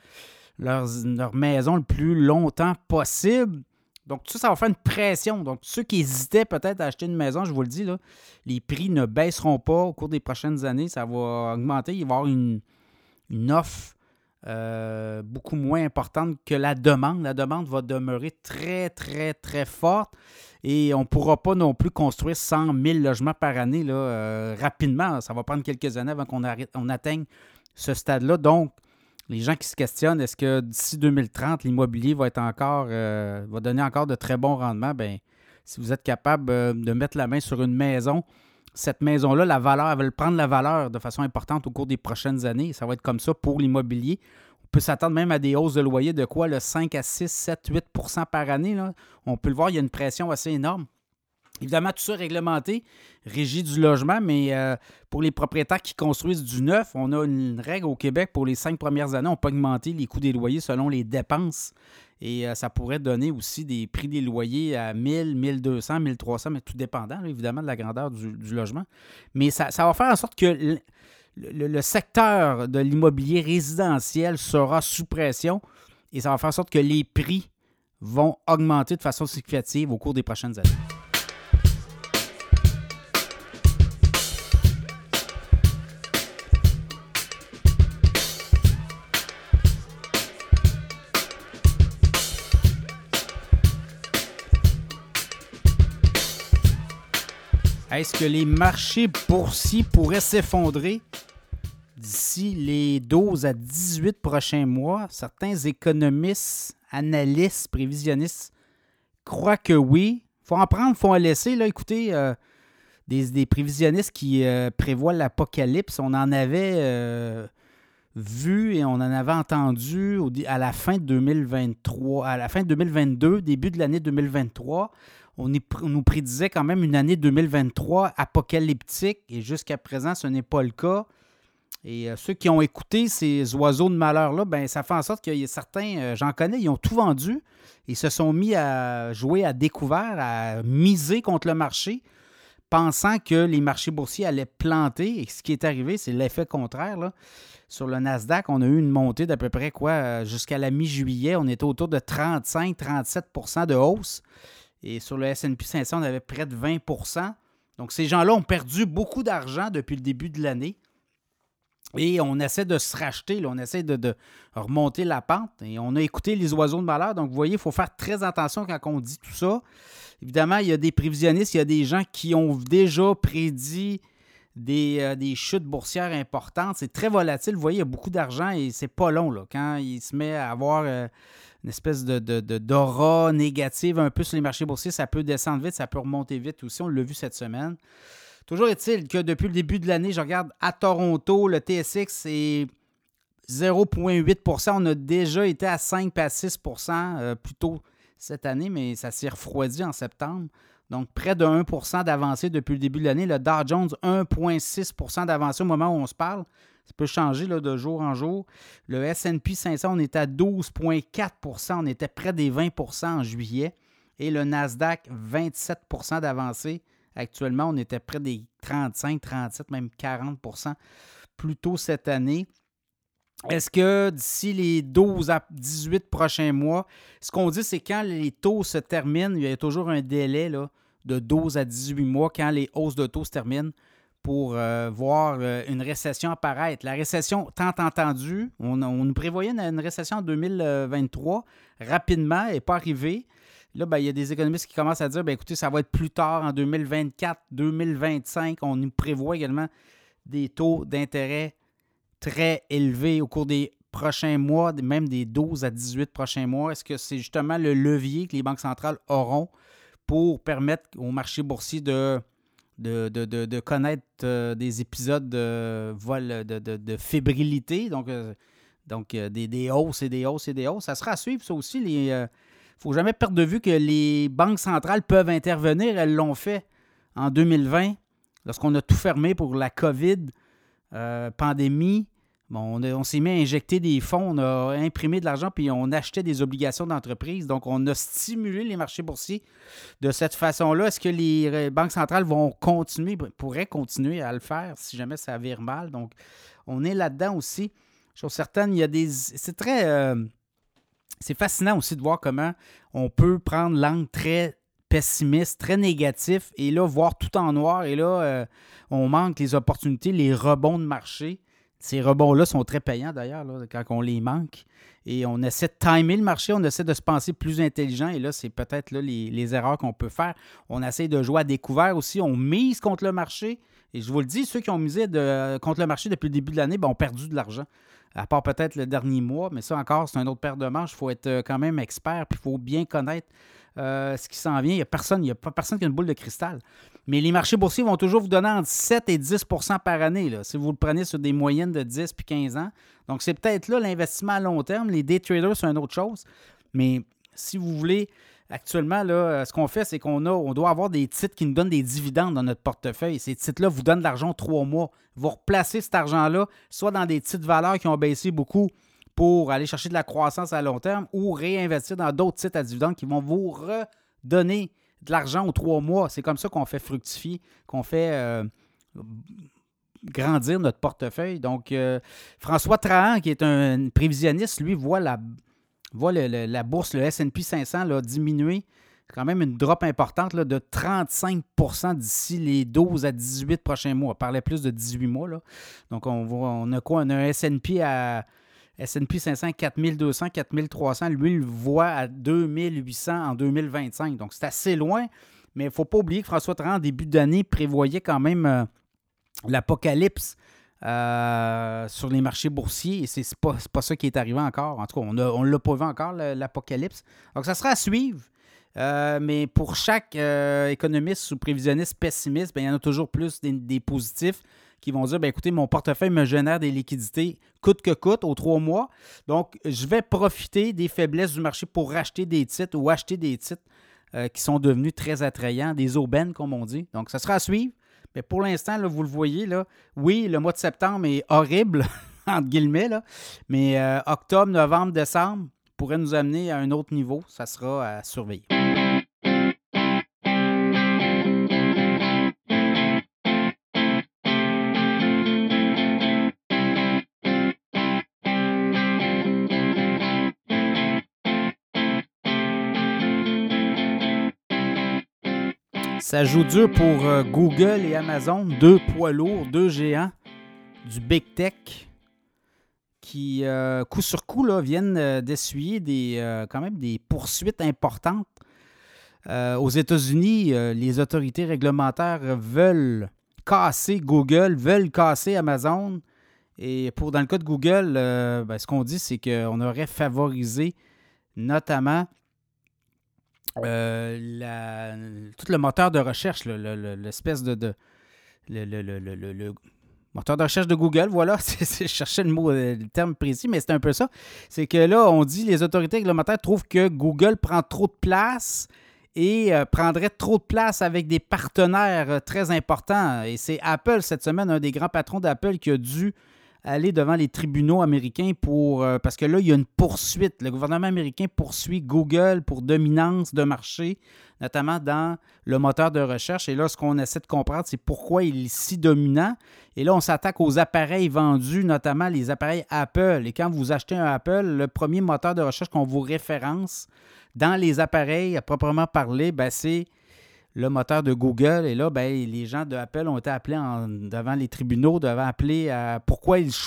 leur maison le plus longtemps possible. Donc, tout ça, ça va faire une pression. Donc, ceux qui hésitaient peut-être à acheter une maison, je vous le dis, là, les prix ne baisseront pas au cours des prochaines années. Ça va augmenter. Il va y avoir une offre beaucoup moins importante que la demande. La demande va demeurer très, très, très forte. Et on ne pourra pas non plus construire 100 000 logements par année là, rapidement. Ça va prendre quelques années avant qu'on atteigne ce stade-là. Donc, les gens qui se questionnent, est-ce que d'ici 2030, l'immobilier va donner encore de très bons rendements? Bien, si vous êtes capable de mettre la main sur une maison, cette maison-là, la valeur, elle va prendre la valeur de façon importante au cours des prochaines années. Ça va être comme ça pour l'immobilier. On peut s'attendre même à des hausses de loyer de quoi? Le 5 à 6, 7, 8 par année. Là. On peut le voir, il y a une pression assez énorme. Évidemment, tout ça réglementé, régie du logement, mais pour les propriétaires qui construisent du neuf, on a une règle au Québec pour les 5 premières années. On peut augmenter les coûts des loyers selon les dépenses. Et ça pourrait donner aussi des prix des loyers à 1000, 1200, 1300, mais tout dépendant, là, évidemment, de la grandeur du logement. Mais ça va faire en sorte que le secteur de l'immobilier résidentiel sera sous pression et ça va faire en sorte que les prix vont augmenter de façon significative au cours des prochaines années. Est-ce que les marchés boursiers pourraient s'effondrer d'ici les 12 à 18 prochains mois? Certains économistes, analystes, prévisionnistes croient que oui. Il faut en prendre, il faut en laisser. Là, écoutez, des prévisionnistes qui prévoient l'apocalypse, on en avait vu et on en avait entendu à la fin de 2023, à la fin de 2022, début de l'année 2023. On nous prédisait quand même une année 2023 apocalyptique et jusqu'à présent, ce n'est pas le cas. Et ceux qui ont écouté ces oiseaux de malheur-là, ben, ça fait en sorte qu'il y a certains, j'en connais, ils ont tout vendu et se sont mis à jouer à découvert, à miser contre le marché, pensant que les marchés boursiers allaient planter. Et ce qui est arrivé, c'est l'effet contraire. Là. Sur le Nasdaq, on a eu une montée d'à peu près jusqu'à la mi-juillet. On était autour de 35-37 % de hausse. Et sur le S&P 500, on avait près de 20 %. Donc, ces gens-là ont perdu beaucoup d'argent depuis le début de l'année. Et on essaie de se racheter, là, on essaie de remonter la pente. Et on a écouté les oiseaux de malheur. Donc, vous voyez, il faut faire très attention quand on dit tout ça. Évidemment, il y a des prévisionnistes, il y a des gens qui ont déjà prédit des chutes boursières importantes. C'est très volatile. Vous voyez, il y a beaucoup d'argent et c'est pas long. Là, quand il se met à avoir une espèce d'aura négative un peu sur les marchés boursiers, ça peut descendre vite, ça peut remonter vite aussi. On l'a vu cette semaine. Toujours est-il que depuis le début de l'année, je regarde à Toronto, le TSX est 0,8 %. On a déjà été à 5 à 6 % plus tôt cette année, mais ça s'est refroidi en septembre. Donc, près de 1 % d'avancée depuis le début de l'année. Le Dow Jones, 1,6 % d'avancée au moment où on se parle. Ça peut changer là, de jour en jour. Le S&P 500, on était à 12,4 %. On était près des 20 % en juillet. Et le Nasdaq, 27 % d'avancée. Actuellement, on était près des 35, 37, même 40 % plus tôt cette année. Est-ce que d'ici les 12 à 18 prochains mois, ce qu'on dit, c'est quand les taux se terminent, il y a toujours un délai là, de 12 à 18 mois quand les hausses de taux se terminent pour voir une récession apparaître. La récession, tant entendue, on nous prévoyait une récession en 2023, rapidement, elle n'est pas arrivée. Là, il y a des économistes qui commencent à dire, écoutez, ça va être plus tard, en 2024, 2025. On nous prévoit également des taux d'intérêt très élevés au cours des prochains mois, même des 12 à 18 prochains mois. Est-ce que c'est justement le levier que les banques centrales auront pour permettre au marché boursier de connaître des épisodes de fébrilité, donc des hausses et des hausses et des hausses? Ça sera à suivre, ça aussi. Il ne faut jamais perdre de vue que les banques centrales peuvent intervenir. Elles l'ont fait en 2020, lorsqu'on a tout fermé pour la COVID, pandémie. Bon, on s'est mis à injecter des fonds, on a imprimé de l'argent puis on achetait des obligations d'entreprise. Donc, on a stimulé les marchés boursiers de cette façon-là. Est-ce que les banques centrales vont pourraient continuer à le faire si jamais ça vire mal? Donc, on est là-dedans aussi. Chose certaine, il y a c'est très... c'est fascinant aussi de voir comment on peut prendre l'angle très pessimiste, très négatif, et là, voir tout en noir. Et là, on manque les opportunités, les rebonds de marché. Ces rebonds-là sont très payants d'ailleurs, là, quand on les manque. Et on essaie de timer le marché, on essaie de se penser plus intelligent. Et là, c'est peut-être là, les erreurs qu'on peut faire. On essaie de jouer à découvert aussi. On mise contre le marché. Et je vous le dis, ceux qui ont misé contre le marché depuis le début de l'année ont perdu de l'argent. À part peut-être le dernier mois. Mais ça encore, c'est un autre paire de manches. Il faut être quand même expert. Puis il faut bien connaître ce qui s'en vient. Il n'y a pas personne qui a une boule de cristal. Mais les marchés boursiers vont toujours vous donner entre 7 et 10 % par année, là, si vous le prenez sur des moyennes de 10 puis 15 ans. Donc, c'est peut-être là l'investissement à long terme. Les day traders, c'est une autre chose. Mais si vous voulez, actuellement, là, ce qu'on fait, c'est qu'on doit avoir des titres qui nous donnent des dividendes dans notre portefeuille. Ces titres-là vous donnent de l'argent 3 mois. Vous replacez cet argent-là soit dans des titres valeurs qui ont baissé beaucoup pour aller chercher de la croissance à long terme ou réinvestir dans d'autres titres à dividendes qui vont vous redonner de l'argent aux 3 mois. C'est comme ça qu'on fait fructifier, qu'on fait grandir notre portefeuille. Donc, François Trahan, qui est un prévisionniste, lui, voit la bourse, le S&P 500, là, diminuer. C'est quand même une drop importante là, de 35 % d'ici les 12 à 18 prochains mois. On parlait plus de 18 mois. Là. Donc, on a quoi? On a un S&P 500 4200, 4300. Lui, il le voit à 2800 en 2025. Donc, c'est assez loin. Mais il ne faut pas oublier que François Trahan, en début d'année, prévoyait quand même l'apocalypse sur les marchés boursiers. Et c'est pas ça qui est arrivé encore. En tout cas, on ne l'a pas vu encore, l'apocalypse. Donc, ça sera à suivre. Mais pour chaque économiste ou prévisionniste pessimiste, il y en a toujours plus des positifs qui vont dire, écoutez, mon portefeuille me génère des liquidités coûte que coûte aux 3 mois. Donc, je vais profiter des faiblesses du marché pour racheter des titres ou acheter des titres qui sont devenus très attrayants, des aubaines, comme on dit. Donc, ça sera à suivre. Mais pour l'instant, là, vous le voyez, là, oui, le mois de septembre est horrible, entre guillemets, là, mais octobre, novembre, décembre pourrait nous amener à un autre niveau. Ça sera à surveiller. Ça joue dur pour Google et Amazon, 2 poids lourds, 2 géants du Big Tech qui, coup sur coup, là, viennent d'essuyer quand même des poursuites importantes. Aux États-Unis, les autorités réglementaires veulent casser Google, veulent casser Amazon. Et dans le cas de Google, ce qu'on dit, c'est qu'on aurait favorisé notamment tout le moteur de recherche, l'espèce de le moteur de recherche de Google, voilà, je cherchais le terme précis, mais c'est un peu ça. C'est que là, on dit les autorités réglementaires trouvent que Google prend trop de place et prendrait trop de place avec des partenaires très importants. Et c'est Apple, cette semaine, un des grands patrons d'Apple qui a dû aller devant les tribunaux américains parce que là, il y a une poursuite. Le gouvernement américain poursuit Google pour dominance de marché, notamment dans le moteur de recherche. Et là, ce qu'on essaie de comprendre, c'est pourquoi il est si dominant. Et là, on s'attaque aux appareils vendus, notamment les appareils Apple. Et quand vous achetez un Apple, le premier moteur de recherche qu'on vous référence dans les appareils, à proprement parler, c'est le moteur de Google. Et là, les gens de Apple ont été appelés devant les tribunaux, devant appeler à pourquoi ils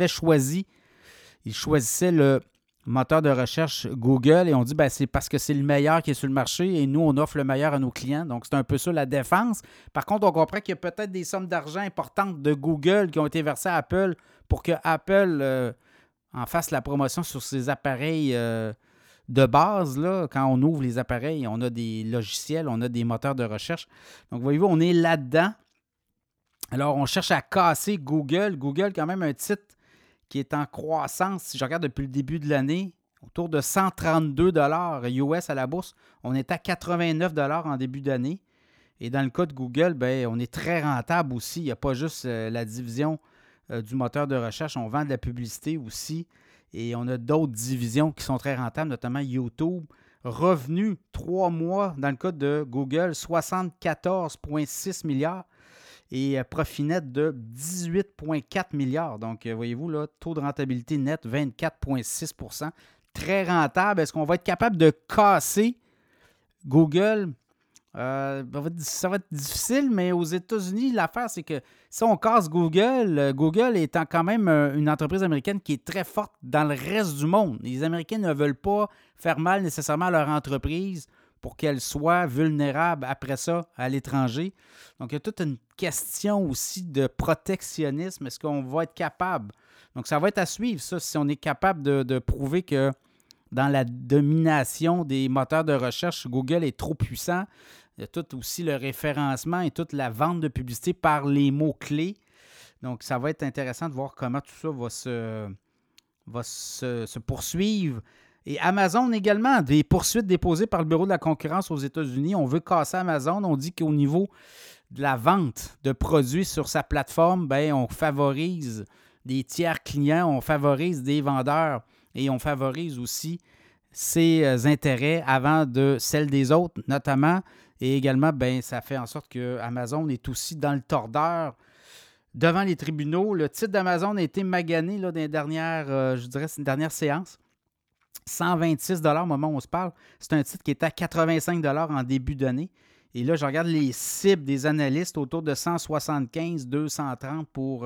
choisissaient le moteur de recherche Google et on dit c'est parce que c'est le meilleur qui est sur le marché et nous, on offre le meilleur à nos clients. Donc, c'est un peu ça la défense. Par contre, on comprend qu'il y a peut-être des sommes d'argent importantes de Google qui ont été versées à Apple pour que Apple en fasse la promotion sur ses appareils de base, là, quand on ouvre les appareils, on a des logiciels, on a des moteurs de recherche. Donc, voyez-vous, on est là-dedans. Alors, on cherche à casser Google. Google, quand même, un titre qui est en croissance. Si je regarde depuis le début de l'année, autour de 132 $ US à la bourse. On est à 89 $ en début d'année. Et dans le cas de Google, on est très rentable aussi. Il n'y a pas juste la division du moteur de recherche. On vend de la publicité aussi. Et on a d'autres divisions qui sont très rentables, notamment YouTube. Revenu 3 mois, dans le cas de Google, 74,6 milliards et profit net de 18,4 milliards. Donc, voyez-vous, là, taux de rentabilité net, 24,6 %. Très rentable. Est-ce qu'on va être capable de casser Google? Ça va être difficile, mais aux États-Unis, l'affaire, c'est que si on casse Google, Google étant quand même une entreprise américaine qui est très forte dans le reste du monde. Les Américains ne veulent pas faire mal nécessairement à leur entreprise pour qu'elle soit vulnérable après ça à l'étranger. Donc, il y a toute une question aussi de protectionnisme. Est-ce qu'on va être capable? Donc, ça va être à suivre, ça, si on est capable de prouver que dans la domination des moteurs de recherche, Google est trop puissant. Il y a tout aussi le référencement et toute la vente de publicité par les mots-clés. Donc, ça va être intéressant de voir comment tout ça va se poursuivre. Et Amazon également, des poursuites déposées par le Bureau de la concurrence aux États-Unis. On veut casser Amazon. On dit qu'au niveau de la vente de produits sur sa plateforme, on favorise des tiers clients, on favorise des vendeurs et on favorise aussi ses intérêts avant de celles des autres, notamment. Et également, ça fait en sorte que Amazon est aussi dans le tordeur devant les tribunaux. Le titre d'Amazon a été magané là, dans les dernières, je dirais, c'est une dernière séance. 126 $ au moment où on se parle. C'est un titre qui était à 85 $ en début d'année. Et là, je regarde les cibles des analystes autour de 175, 230 pour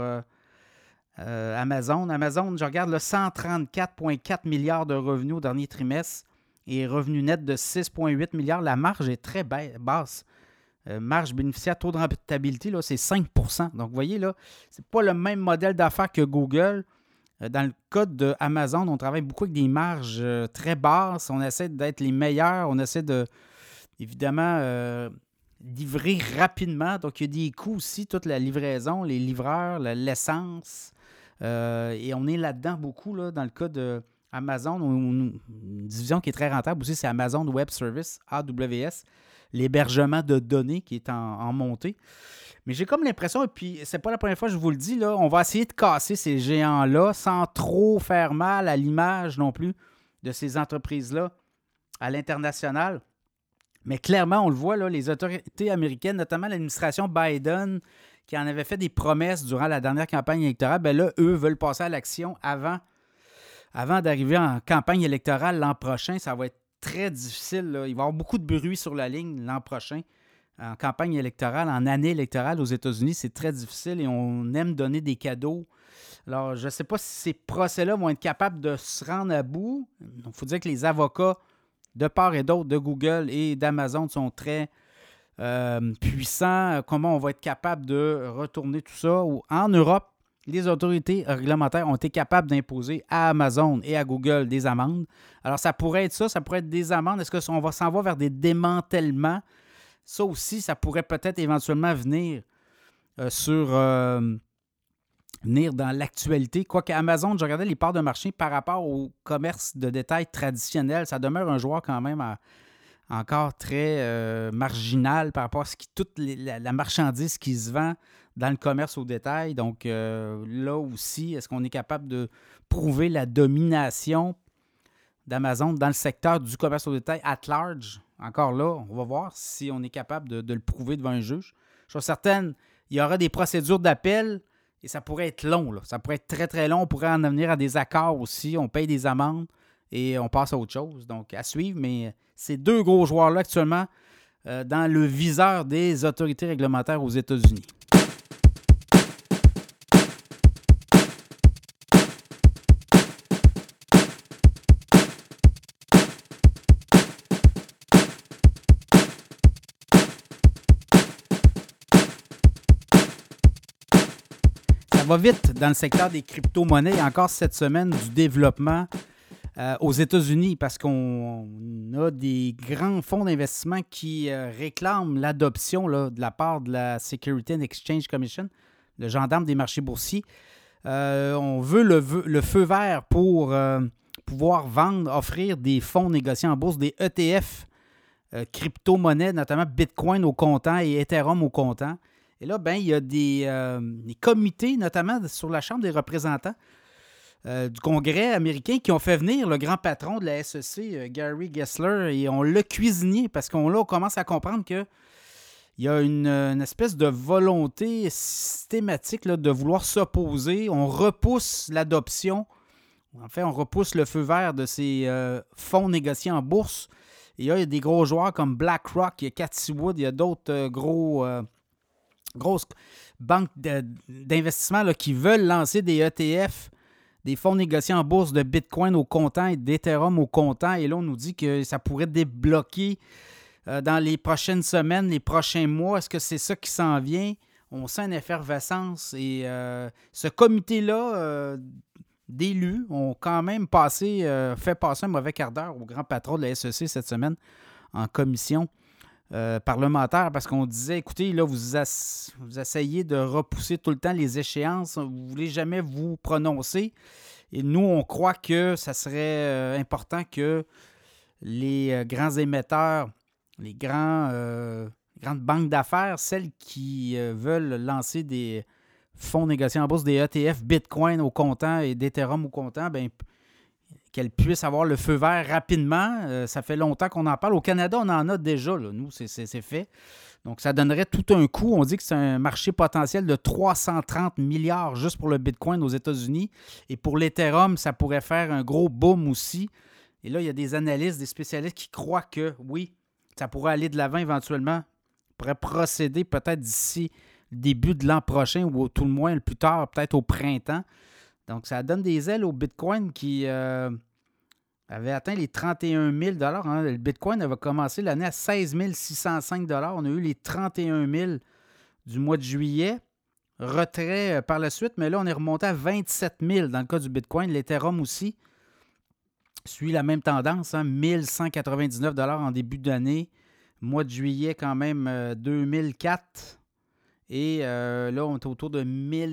Amazon. Amazon, je regarde le 134,4 milliards de revenus au dernier trimestre et revenu net de 6,8 milliards. La marge est très basse. Marge bénéficiaire, taux de rentabilité, là, c'est 5 %. Donc, vous voyez, là, c'est pas le même modèle d'affaires que Google. Dans le cas d'Amazon, on travaille beaucoup avec des marges très basses. On essaie d'être les meilleurs. On essaie de, évidemment, livrer rapidement. Donc, il y a des coûts aussi, toute la livraison, les livreurs, l'essence. Et on est là-dedans beaucoup, là, dans le cas d'Amazon. Une division qui est très rentable aussi, c'est Amazon Web Services, AWS. L'hébergement de données qui est en montée. Mais j'ai comme l'impression, et puis c'est pas la première fois que je vous le dis, là, on va essayer de casser ces géants-là sans trop faire mal à l'image non plus de ces entreprises-là à l'international. Mais clairement, on le voit, là, les autorités américaines, notamment l'administration Biden, qui en avait fait des promesses durant la dernière campagne électorale, là, eux veulent passer à l'action avant d'arriver en campagne électorale l'an prochain. Ça va être très difficile, là. Il va y avoir beaucoup de bruit sur la ligne l'an prochain. en campagne électorale, en année électorale aux États-Unis, c'est très difficile et on aime donner des cadeaux. Alors, je ne sais pas si ces procès-là vont être capables de se rendre à bout. Il faut dire que les avocats de part et d'autre de Google et d'Amazon sont très puissants. Comment on va être capable de retourner tout ça? En Europe, les autorités réglementaires ont été capables d'imposer à Amazon et à Google des amendes. Alors, ça pourrait être ça pourrait être des amendes. Est-ce qu'on va s'en va vers des démantèlements? Ça aussi, ça pourrait peut-être éventuellement venir venir dans l'actualité. Quoique Amazon, je regardais les parts de marché par rapport au commerce de détail traditionnel, ça demeure un joueur quand même encore très marginal par rapport à toute la marchandise qui se vend dans le commerce au détail. Donc là aussi, est-ce qu'on est capable de prouver la domination d'Amazon dans le secteur du commerce au détail at large? Encore là, on va voir si on est capable de le prouver devant un juge. Je suis certaine, il y aura des procédures d'appel et ça pourrait être long. Là. Ça pourrait être très, très long. On pourrait en venir à des accords aussi. On paye des amendes et on passe à autre chose. Donc, à suivre. Mais ces deux gros joueurs-là, actuellement, dans le viseur des autorités réglementaires aux États-Unis. Ça va vite dans le secteur des crypto-monnaies. Encore cette semaine, du développement aux États-Unis parce qu'on a des grands fonds d'investissement qui réclament l'adoption là, de la part de la Securities and Exchange Commission, le gendarme des marchés boursiers. On veut le feu vert pour pouvoir offrir des fonds négociés en bourse, des ETF crypto-monnaies, notamment Bitcoin au comptant et Ethereum au comptant. Et là, il y a des comités, notamment sur la Chambre des représentants du Congrès américain, qui ont fait venir le grand patron de la SEC, Gary Gensler, et on l'a cuisiné parce qu'on commence à comprendre qu'il y a une espèce de volonté systématique là, de vouloir s'opposer. On repousse l'adoption. En fait, on repousse le feu vert de ces fonds négociés en bourse. Et là, il y a des gros joueurs comme BlackRock, il y a Cathie Wood, il y a d'autres grosses banques d'investissement là, qui veulent lancer des ETF, des fonds négociés en bourse de Bitcoin au comptant et d'Ethereum au comptant. Et là, on nous dit que ça pourrait débloquer dans les prochaines semaines, les prochains mois. Est-ce que c'est ça qui s'en vient? On sent une effervescence. Et ce comité-là d'élus ont quand même fait passer un mauvais quart d'heure au grand patron de la SEC cette semaine en commission parlementaire parce qu'on disait, écoutez, là, vous essayez de repousser tout le temps les échéances, vous ne voulez jamais vous prononcer. Et nous, on croit que ça serait important que les grands émetteurs, les grandes banques d'affaires, celles qui veulent lancer des fonds négociés en bourse, des ETF Bitcoin au comptant et d'Ethereum au comptant, qu'elles puissent avoir le feu vert rapidement. Ça fait longtemps qu'on en parle. Au Canada, on en a déjà. Là. Nous, c'est fait. Donc, ça donnerait tout un coup. On dit que c'est un marché potentiel de 330 milliards juste pour le Bitcoin aux États-Unis. Et pour l'Ethereum, ça pourrait faire un gros boom aussi. Et là, il y a des analystes, des spécialistes qui croient que, oui, ça pourrait aller de l'avant éventuellement. On pourrait procéder peut-être d'ici le début de l'an prochain ou tout le moins le plus tard, peut-être au printemps. Donc, ça donne des ailes au Bitcoin qui avait atteint les 31 000 hein. Le Bitcoin avait commencé l'année à 16 605 On a eu les 31 000 du mois de juillet. Retrait par la suite, mais là, on est remonté à 27 000 dans le cas du Bitcoin. L'Ethereum aussi suit la même tendance, hein, 1 199 en début d'année. Mois de juillet, quand même, 2004. Et là, on est autour de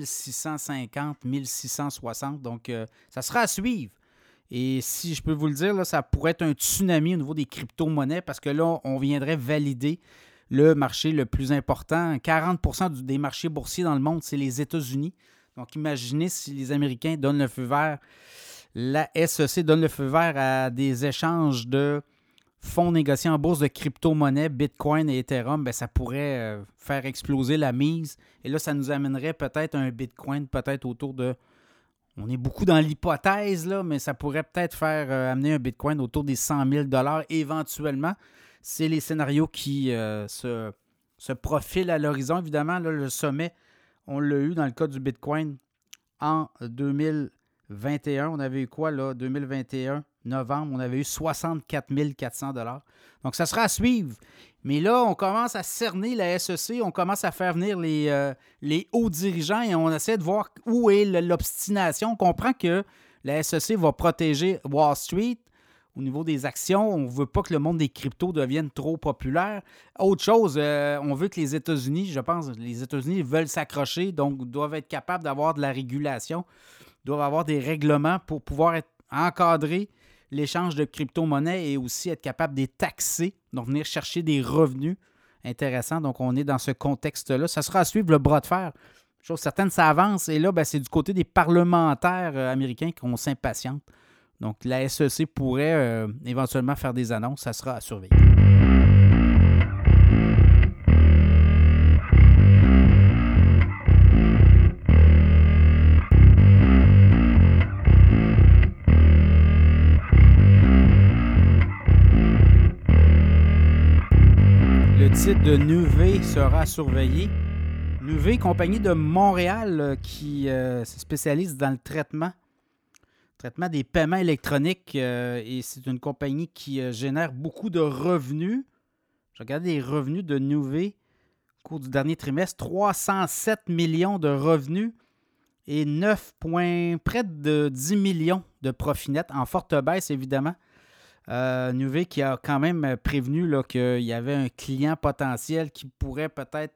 1650, 1660. Donc, ça sera à suivre. Et si je peux vous le dire, là, ça pourrait être un tsunami au niveau des crypto-monnaies parce que là, on viendrait valider le marché le plus important. 40% des marchés boursiers dans le monde, c'est les États-Unis. Donc, imaginez si les Américains donnent le feu vert, la SEC donne le feu vert à des échanges de fonds négociés en bourse de crypto-monnaies, Bitcoin et Ethereum, ça pourrait faire exploser la mise. Et là, ça nous amènerait peut-être un Bitcoin, peut-être autour de... On est beaucoup dans l'hypothèse, là, mais ça pourrait peut-être faire amener un Bitcoin autour des 100 000 éventuellement. C'est les scénarios qui se se profile à l'horizon. Évidemment, là, le sommet, on l'a eu dans le cas du Bitcoin en 2021. On avait eu quoi, là? 2021, novembre, on avait eu 64 400 $. Donc, ça sera à suivre. Mais là, on commence à cerner la SEC, on commence à faire venir les hauts dirigeants et on essaie de voir où est l'obstination. On comprend que la SEC va protéger Wall Street au niveau des actions. On ne veut pas que le monde des cryptos devienne trop populaire. Autre chose, on veut que les États-Unis, je pense, les États-Unis veulent s'accrocher, donc doivent être capables d'avoir de la régulation, doivent avoir des règlements pour pouvoir encadrer l'échange de crypto-monnaies et aussi être capable de les taxer, donc venir chercher des revenus intéressants. Donc, on est dans ce contexte-là. Ça sera à suivre le bras de fer. Chose certaine, ça avance. Et là, c'est du côté des parlementaires américains qu'on s'impatiente. Donc, la SEC pourrait éventuellement faire des annonces. Ça sera à surveiller. Le titre de Nuvei sera surveillé. Nuvei, compagnie de Montréal qui se spécialise dans le traitement des paiements électroniques et c'est une compagnie qui génère beaucoup de revenus. Je regarde les revenus de Nuvei au cours du dernier trimestre, 307 millions de revenus et près de 10 millions de profit net, en forte baisse évidemment. Nuvei qui a quand même prévenu là, qu'il y avait un client potentiel qui pourrait peut-être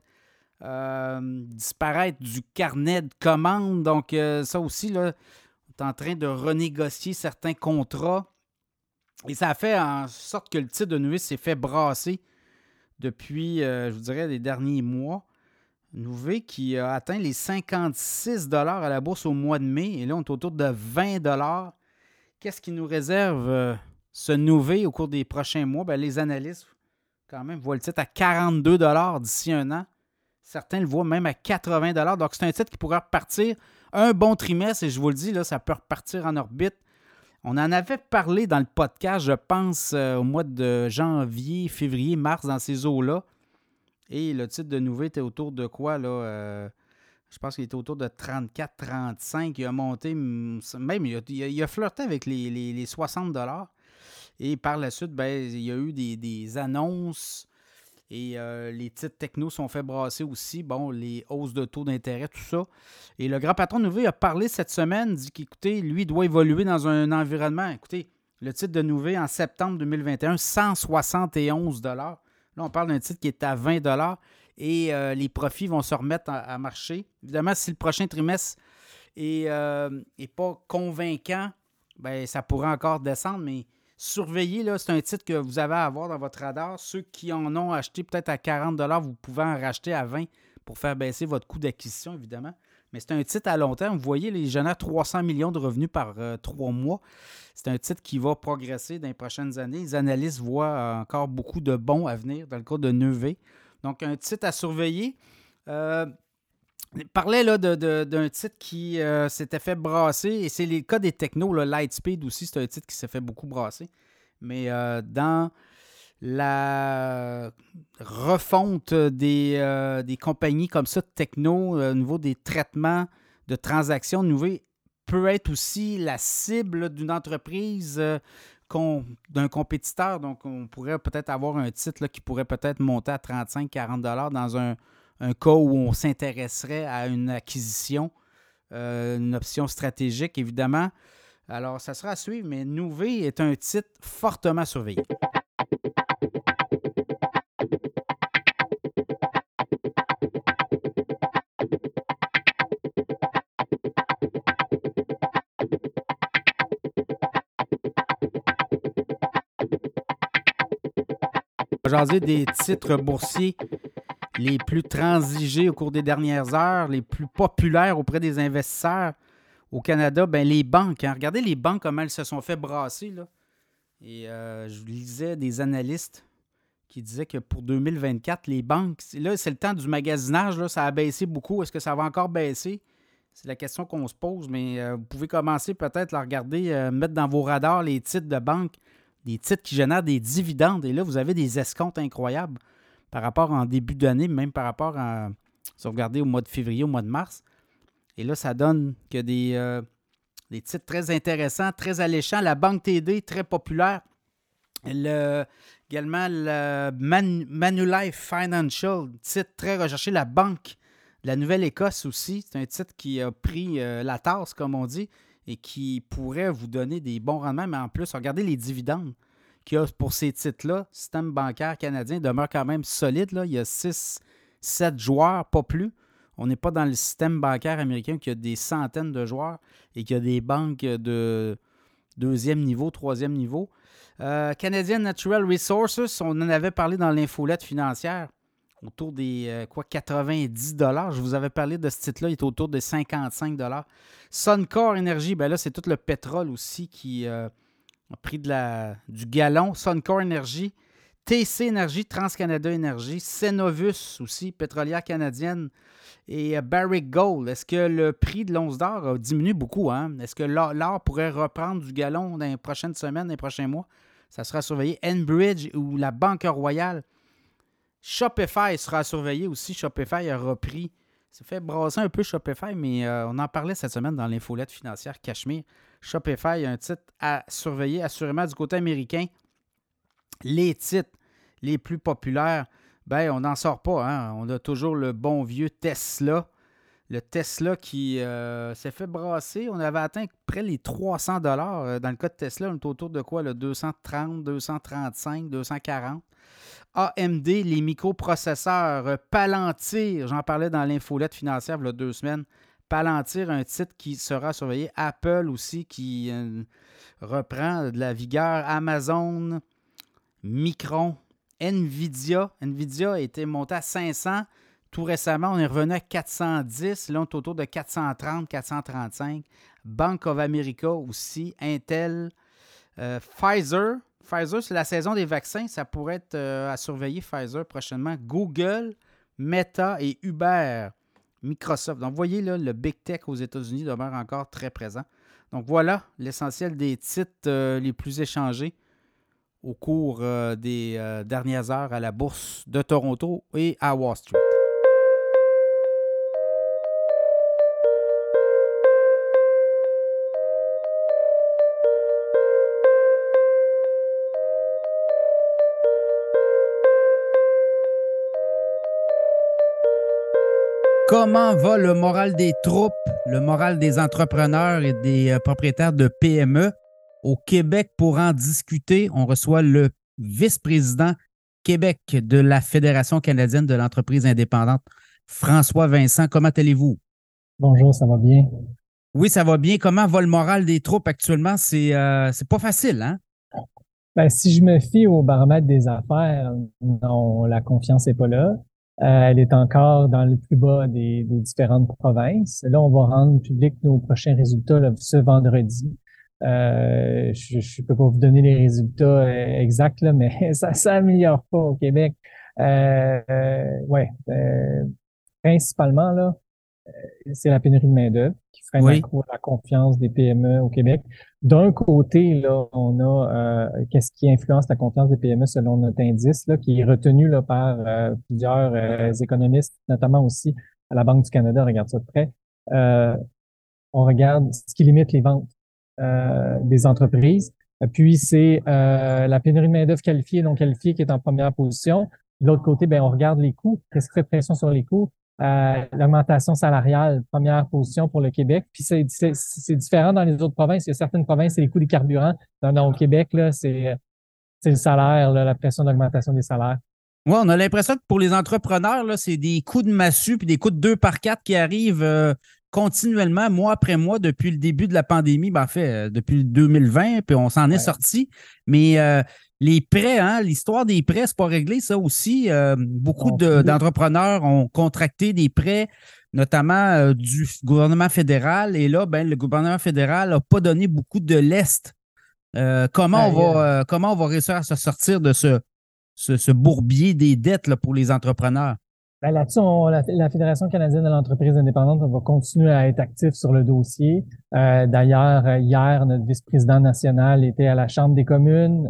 disparaître du carnet de commandes. Donc ça aussi, là, on est en train de renégocier certains contrats. Et ça a fait en sorte que le titre de Nuvei s'est fait brasser depuis, je vous dirais, les derniers mois. Nuvei qui a atteint les 56 $ à la bourse au mois de mai. Et là, on est autour de 20 $. Qu'est-ce qui nous réserve ce Nuvei au cours des prochains mois? Les analystes, quand même, voient le titre à 42 $ d'ici un an. Certains le voient même à 80 $. Donc, c'est un titre qui pourrait repartir un bon trimestre. Et je vous le dis, là, ça peut repartir en orbite. On en avait parlé dans le podcast, je pense, au mois de janvier, février, mars, dans ces eaux-là. Et le titre de Nuvei était autour de quoi, là? Je pense qu'il était autour de 34, 35. Il a monté, même, il a flirté avec les 60 $. Et par la suite, il y a eu des annonces et les titres techno sont fait brasser aussi. Bon, les hausses de taux d'intérêt, tout ça. Et le grand patron de Nuvei a parlé cette semaine, dit qu'écoutez, lui doit évoluer dans un environnement. Écoutez, le titre de Nuvei en septembre 2021, 171 $. Là, on parle d'un titre qui est à 20 $ et les profits vont se remettre à marcher. Évidemment, si le prochain trimestre n'est pas convaincant, ça pourrait encore descendre, mais surveillez, là, c'est un titre que vous avez à avoir dans votre radar. Ceux qui en ont acheté peut-être à 40 $, vous pouvez en racheter à 20 pour faire baisser votre coût d'acquisition, évidemment. Mais c'est un titre à long terme. Vous voyez, il génère 300 millions de revenus par 3 mois. C'est un titre qui va progresser dans les prochaines années. Les analystes voient encore beaucoup de bons à venir dans le cas de Nuvei. Donc, un titre à surveiller. Il parlait là, d'un titre qui s'était fait brasser, et c'est le cas des technos, là, Lightspeed aussi, c'est un titre qui s'est fait beaucoup brasser. Mais dans la refonte des compagnies comme ça, de techno, au niveau des traitements de transactions, Nuvei peut être aussi la cible d'une entreprise, d'un compétiteur. Donc, on pourrait peut-être avoir un titre là, qui pourrait peut-être monter à 35-40 $ dans un cas où on s'intéresserait à une acquisition, une option stratégique, évidemment. Alors, ça sera à suivre, mais Nuvei est un titre fortement surveillé. On va jaser des titres boursiers les plus transigés au cours des dernières heures, les plus populaires auprès des investisseurs au Canada, les banques. Hein. Regardez les banques, comment elles se sont fait brasser. Là. Et je lisais des analystes qui disaient que pour 2024, les banques, là, c'est le temps du magasinage, là, ça a baissé beaucoup. Est-ce que ça va encore baisser? C'est la question qu'on se pose, mais vous pouvez commencer peut-être à regarder, mettre dans vos radars les titres de banque, des titres qui génèrent des dividendes. Et là, vous avez des escomptes incroyables. par rapport en début d'année, même par rapport à, si vous regardez au mois de février, au mois de mars. Et là, ça donne que des titres très intéressants, très alléchants. La Banque TD, très populaire. Également, le Manulife Financial, titre très recherché. La Banque de la Nouvelle-Écosse aussi. C'est un titre qui a pris la tasse, comme on dit, et qui pourrait vous donner des bons rendements. Mais en plus, regardez les dividendes qu'il y a pour ces titres-là. Le système bancaire canadien demeure quand même solide. Là. Il y a 6-7 joueurs, pas plus. On n'est pas dans le système bancaire américain qui a des centaines de joueurs et qui a des banques de deuxième niveau, troisième niveau. Canadian Natural Resources, on en avait parlé dans l'infolette financière, autour des 90 $. Je vous avais parlé de ce titre-là, il est autour de 55 $. Suncor Energy, ben là, c'est tout le pétrole aussi qui a pris du galon. Suncor Energy, TC Energy, TransCanada Energy, Cenovus aussi, pétrolière canadienne, et Barrick Gold. Est-ce que le prix de l'once d'or a diminué beaucoup? Hein? Est-ce que l'or pourrait reprendre du galon dans les prochaines semaines, dans les prochains mois? Ça sera surveillé. Enbridge ou la Banque Royale. Shopify sera surveillé aussi. Shopify a repris. Ça fait brasser un peu Shopify, mais on en parlait cette semaine dans l'infolette financière Cachemire. Shopify a un titre à surveiller, assurément du côté américain. Les titres les plus populaires, ben on n'en sort pas. Hein? On a toujours le bon vieux Tesla. Le Tesla qui s'est fait brasser. On avait atteint près les 300 $. Dans le cas de Tesla, on est autour de quoi? Le 230, 235, 240. AMD, les microprocesseurs. Palantir, j'en parlais dans l'infolette financière il y a 2 semaines. Palantir, un titre qui sera surveillé. Apple aussi qui reprend de la vigueur. Amazon, Micron, Nvidia. Nvidia a été monté à 500. Tout récemment, on est revenu à 410. Là, on est autour de 430, 435. Bank of America aussi. Intel. Pfizer. Pfizer, c'est la saison des vaccins. Ça pourrait être à surveiller, Pfizer, prochainement. Google, Meta et Uber. Microsoft. Donc, vous voyez, là, le Big Tech aux États-Unis demeure encore très présent. Donc, voilà l'essentiel des titres les plus échangés au cours des dernières heures à la Bourse de Toronto et à Wall Street. Comment va le moral des troupes, le moral des entrepreneurs et des propriétaires de PME au Québec? Pour en discuter, on reçoit le vice-président Québec de la Fédération canadienne de l'entreprise indépendante, François Vincent. Comment allez-vous? Bonjour, ça va bien? Oui, ça va bien. Comment va le moral des troupes actuellement? C'est pas facile, hein? Ben, si je me fie au baromètre des affaires, non, la confiance n'est pas là. Elle est encore dans le plus bas des différentes provinces. Là, on va rendre public nos prochains résultats là, ce vendredi. Je peux pas vous donner les résultats exacts, là, mais ça s'améliore pas au Québec. Ouais, principalement, là, c'est la pénurie de main-d'œuvre qui freine Oui. la confiance des PME au Québec. D'un côté, là, on a qu'est-ce qui influence la confiance des PME selon notre indice, là, qui est retenu là, par plusieurs économistes, notamment aussi à la Banque du Canada, regarde ça de près. On regarde ce qui limite les ventes des entreprises. Puis c'est la pénurie de main-d'œuvre qualifiée et non qualifiée qui est en première position. De l'autre côté, ben on regarde les coûts. Qu'est-ce qui fait pression sur les coûts? L'augmentation salariale, première position pour le Québec. Puis c'est différent dans les autres provinces. Il y a certaines provinces, c'est les coûts des carburants. Au Québec, là, c'est le salaire, là, la pression d'augmentation des salaires. Oui, on a l'impression que pour les entrepreneurs, là, c'est des coups de massue puis des coups de 2 par 4 qui arrivent continuellement, mois après mois, depuis le début de la pandémie. Ben, en fait, depuis 2020, puis on s'en est sorti. Mais les prêts, hein, l'histoire des prêts, c'est pas réglé, ça aussi. Beaucoup d'entrepreneurs ont contracté des prêts, notamment du gouvernement fédéral. Et là, ben, le gouvernement fédéral n'a pas donné beaucoup de lest. Comment on va réussir à se sortir de ce bourbier des dettes là, pour les entrepreneurs? Ben là-dessus, la Fédération canadienne de l'entreprise indépendante va continuer à être active sur le dossier. D'ailleurs, hier, notre vice-président national était à la Chambre des communes.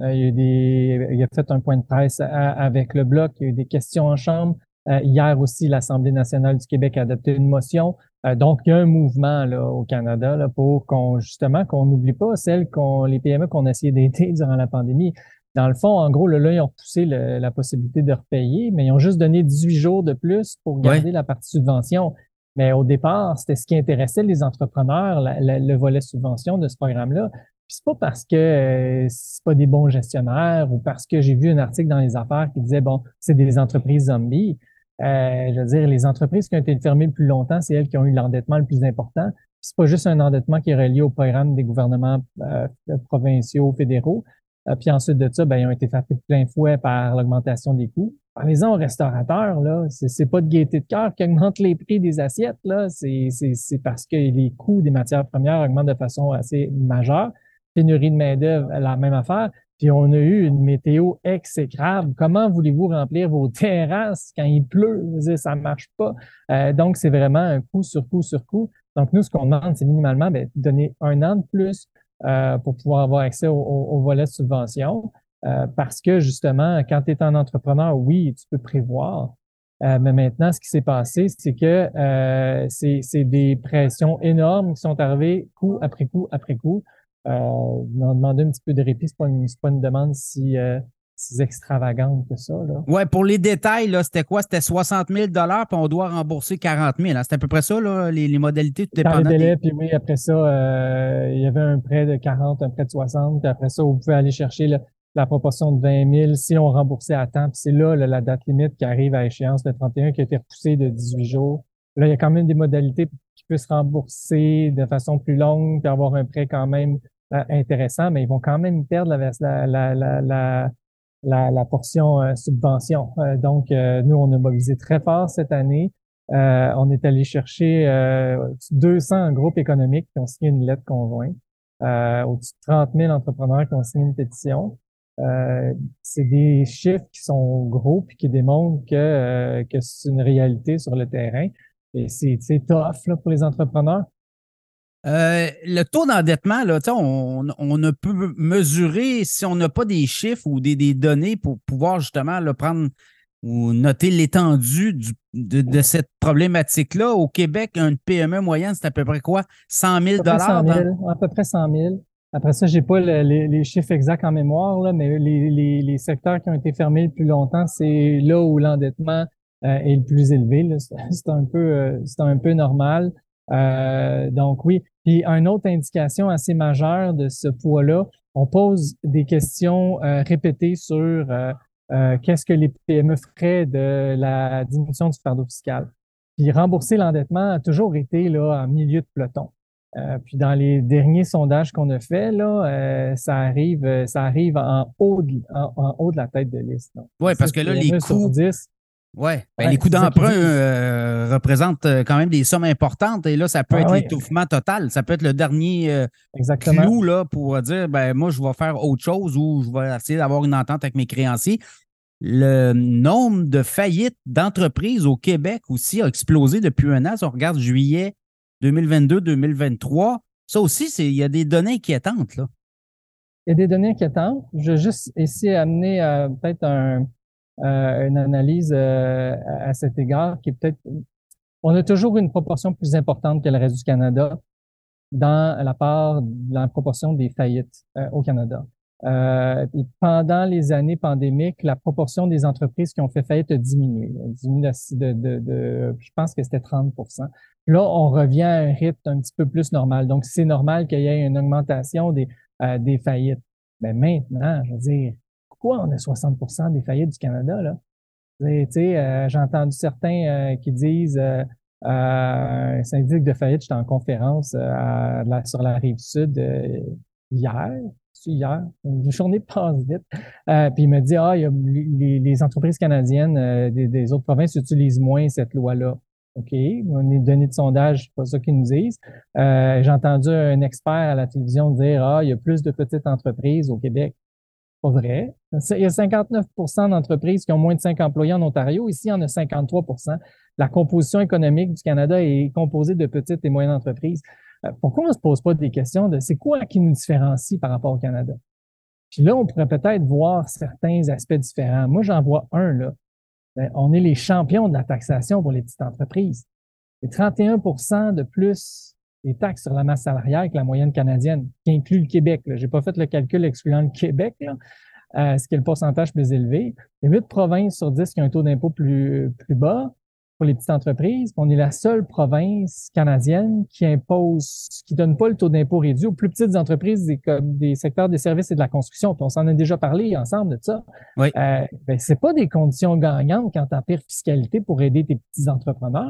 Il a fait un point de presse avec le Bloc. Il y a eu des questions en Chambre. Hier aussi, l'Assemblée nationale du Québec a adopté une motion. Donc, il y a un mouvement là, au Canada là, pour qu'on n'oublie pas les PME qu'on a essayé d'aider durant la pandémie. Dans le fond, en gros, là, ils ont repoussé la possibilité de repayer, mais ils ont juste donné 18 jours de plus pour Ouais. garder la partie subvention. Mais au départ, c'était ce qui intéressait les entrepreneurs, le volet subvention de ce programme-là. Puis c'est pas parce que c'est pas des bons gestionnaires ou parce que j'ai vu un article dans les affaires qui disait, bon, c'est des entreprises zombies. Je veux dire, les entreprises qui ont été fermées le plus longtemps, c'est elles qui ont eu l'endettement le plus important. Puis c'est pas juste un endettement qui est relié au programme des gouvernements provinciaux, fédéraux. Puis ensuite de ça, ben, ils ont été frappés de plein fouet par l'augmentation des coûts. Parlez-en aux restaurateurs, là. C'est pas de gaieté de cœur qui augmente les prix des assiettes, là. C'est parce que les coûts des matières premières augmentent de façon assez majeure. Pénurie de main-d'œuvre, la même affaire. Puis on a eu une météo exécrable. Comment voulez-vous remplir vos terrasses quand il pleut? Je veux dire, ça marche pas. Donc, c'est vraiment un coup sur coup sur coup. Donc, nous, ce qu'on demande, c'est minimalement ben, donner un an de plus pour pouvoir avoir accès au volet de subvention. Parce que justement, quand tu es un entrepreneur, oui, tu peux prévoir. Mais maintenant, ce qui s'est passé, c'est que c'est des pressions énormes qui sont arrivées coup après coup après coup. Ils m'ont demandé un petit peu de répit. C'est pas une demande si extravagante que ça, là. Ouais, pour les détails, là, c'était quoi? C'était 60 000 puis on doit rembourser 40 000. Hein? C'est à peu près ça, là, les modalités, tout Dans les dépendant des. délais, puis oui, après ça, il y avait un prêt de 40, un prêt de 60, puis après ça, vous pouvez aller chercher la proportion de 20 000 si on remboursait à temps. Puis c'est là, la date limite qui arrive à échéance, le 31, qui a été repoussée de 18 jours. Là, il y a quand même des modalités qui peuvent se rembourser de façon plus longue, puis avoir un prêt quand même intéressant, mais ils vont quand même perdre la portion subvention. Donc, nous, on a mobilisé très fort cette année. On est allé chercher 200 groupes économiques qui ont signé une lettre conjointe, au-dessus de 30 000 entrepreneurs qui ont signé une pétition. C'est des chiffres qui sont gros puis qui démontrent que c'est une réalité sur le terrain. Et c'est tough là, pour les entrepreneurs. Le taux d'endettement, là, on ne peut mesurer si on n'a pas des chiffres ou des données pour pouvoir justement là, prendre ou noter l'étendue de cette problématique-là. Au Québec, une PME moyenne, c'est à peu près quoi? 100 000 À peu près 100 dans. 000, à peu près 100 000. Après ça, j'ai pas les chiffres exacts en mémoire, là, mais les secteurs qui ont été fermés le plus longtemps, c'est là où l'endettement est le plus élevé, là. C'est un peu normal. Donc oui. Puis une autre indication assez majeure de ce poids-là, on pose des questions répétées sur qu'est-ce que les PME feraient de la diminution du fardeau fiscal. Puis rembourser l'endettement a toujours été là en milieu de peloton. Puis dans les derniers sondages qu'on a fait, là, ça arrive en haut de la tête de liste. Donc, Oui, parce 6 que là, les PME sur coûts. 10, Ouais. Ben, les ouais, coûts c'est ça qu'ils d'emprunt disent. représentent quand même des sommes importantes et là, ça peut Ah être oui, l'étouffement total. Ça peut être le dernier exactement. clou là, pour dire ben, moi, je vais faire autre chose ou je vais essayer d'avoir une entente avec mes créanciers. Le nombre de faillites d'entreprises au Québec aussi a explosé depuis un an. Si on regarde juillet 2022-2023, ça aussi, il y a des données inquiétantes, là. Il y a des données inquiétantes. Je vais juste essayer d'amener peut-être une analyse à cet égard qui est peut-être... On a toujours une proportion plus importante que le reste du Canada dans la proportion des faillites au Canada. Et pendant les années pandémiques, la proportion des entreprises qui ont fait faillite a diminué. Elle a diminué je pense que c'était 30. Là, on revient à un rythme un petit peu plus normal. Donc, c'est normal qu'il y ait une augmentation des faillites. Mais maintenant, je veux dire, pourquoi on a 60 des faillites du Canada, là? Tu sais, j'ai entendu certains qui disent un syndic de faillite, j'étais en conférence sur la rive sud hier, hier, une journée passe vite. Puis il me dit, il y a les entreprises canadiennes des autres provinces utilisent moins cette loi-là. OK, on est donné de sondage, c'est pas ça qu'ils nous disent. J'ai entendu un expert à la télévision dire, il y a plus de petites entreprises au Québec. pas vrai. Il y a 59 d'entreprises qui ont moins de 5 employés en Ontario. Ici, il y en a 53. La composition économique du Canada est composée de petites et moyennes entreprises. Pourquoi on ne se pose pas des questions de c'est quoi qui nous différencie par rapport au Canada? Puis là, on pourrait peut-être voir certains aspects différents. Moi, j'en vois un, là. Ben, on est les champions de la taxation pour les petites entreprises. C'est 31 de plus des taxes sur la masse salariale que la moyenne canadienne, qui inclut le Québec. Je n'ai pas fait le calcul excluant le Québec, là, ce qui est le pourcentage plus élevé. Il y a 8 provinces sur 10 qui ont un taux d'impôt plus bas pour les petites entreprises. On est la seule province canadienne qui donne pas le taux d'impôt réduit aux plus petites entreprises des secteurs des services et de la construction. Puis on s'en a déjà parlé ensemble de ça. Oui. Ben, c'est pas des conditions gagnantes quand tu as pire fiscalité pour aider tes petits entrepreneurs.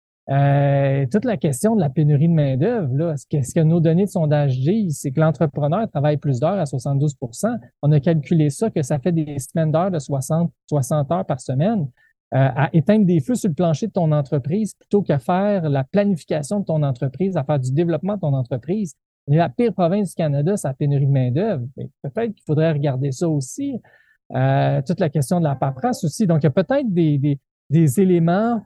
Toute la question de la pénurie de main-d'œuvre, là, ce que nos données de sondage disent, c'est que l'entrepreneur travaille plus d'heures à 72 On a calculé ça, que ça fait des semaines d'heures de 60 heures par semaine. À éteindre des feux sur le plancher de ton entreprise plutôt qu'à faire la planification de ton entreprise, à faire du développement de ton entreprise. On est la pire province du Canada, c'est la pénurie de main-d'œuvre. Peut-être qu'il faudrait regarder ça aussi. Toute la question de la paperasse aussi. Donc, il y a peut-être des éléments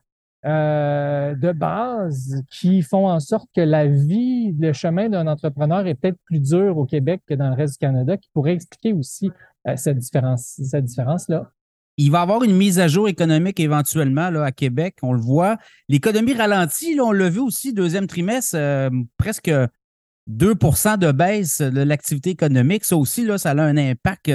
de base qui font en sorte que la vie, le chemin d'un entrepreneur est peut-être plus dur au Québec que dans le reste du Canada, qui pourrait expliquer aussi cette différence-là. Il va y avoir une mise à jour économique éventuellement là, à Québec, on le voit. L'économie ralentit, là, on l'a vu aussi, deuxième trimestre, presque 2 de baisse de l'activité économique. Ça aussi, là, ça a un impact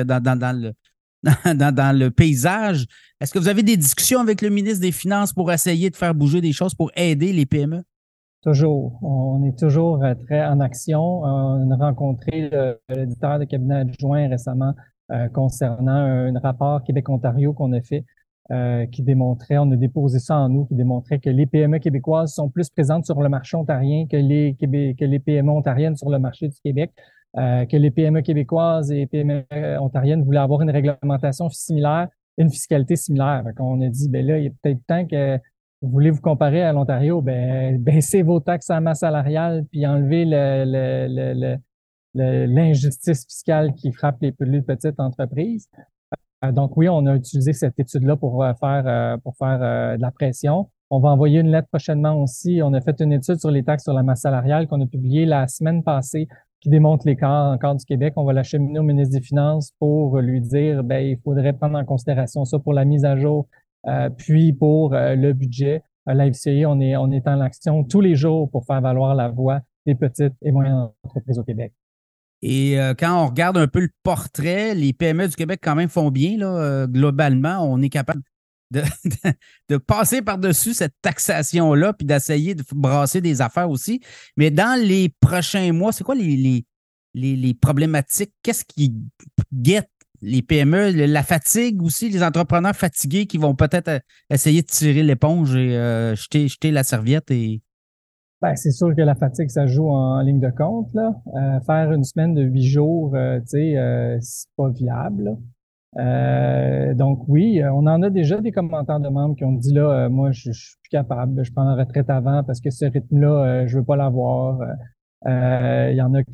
dans le paysage. Est-ce que vous avez des discussions avec le ministre des Finances pour essayer de faire bouger des choses pour aider les PME? Toujours. On est toujours très en action. On a rencontré l'éditeur de cabinet adjoint récemment concernant un rapport Québec-Ontario qu'on a fait qui démontrait, on a déposé ça en nous, qui démontrait que les PME québécoises sont plus présentes sur le marché ontarien que les PME ontariennes sur le marché du Québec. Que les PME québécoises et PME ontariennes voulaient avoir une réglementation similaire, une fiscalité similaire. Donc, on a dit, ben là, il est peut-être temps que vous voulez vous comparer à l'Ontario, ben, baissez vos taxes à la masse salariale puis enlevez l'injustice fiscale qui frappe les plus petites entreprises. Donc oui, on a utilisé cette étude-là pour faire de la pression. On va envoyer une lettre prochainement aussi. On a fait une étude sur les taxes sur la masse salariale qu'on a publiée la semaine passée qui démontre l'écart encore du Québec. On va l'acheminer au ministre des Finances pour lui dire, ben, il faudrait prendre en considération ça pour la mise à jour, puis pour le budget. La FCI, on est en action tous les jours pour faire valoir la voix des petites et moyennes entreprises au Québec. Et quand on regarde un peu le portrait, les PME du Québec quand même font bien, là, globalement. On est capable de, de passer par-dessus cette taxation-là puis d'essayer de brasser des affaires aussi. Mais dans les prochains mois, c'est quoi les problématiques? Qu'est-ce qui guette les PME? La fatigue aussi, les entrepreneurs fatigués qui vont peut-être essayer de tirer l'éponge et jeter la serviette et... Ben, c'est sûr que la fatigue, ça joue en ligne de compte, là. Faire une semaine de 8 jours, tu sais, c'est pas viable, là. Donc oui, on en a déjà des commentaires de membres qui ont dit là, moi, je suis plus capable, je prends la retraite avant parce que ce rythme-là, je veux pas l'avoir. Il y en a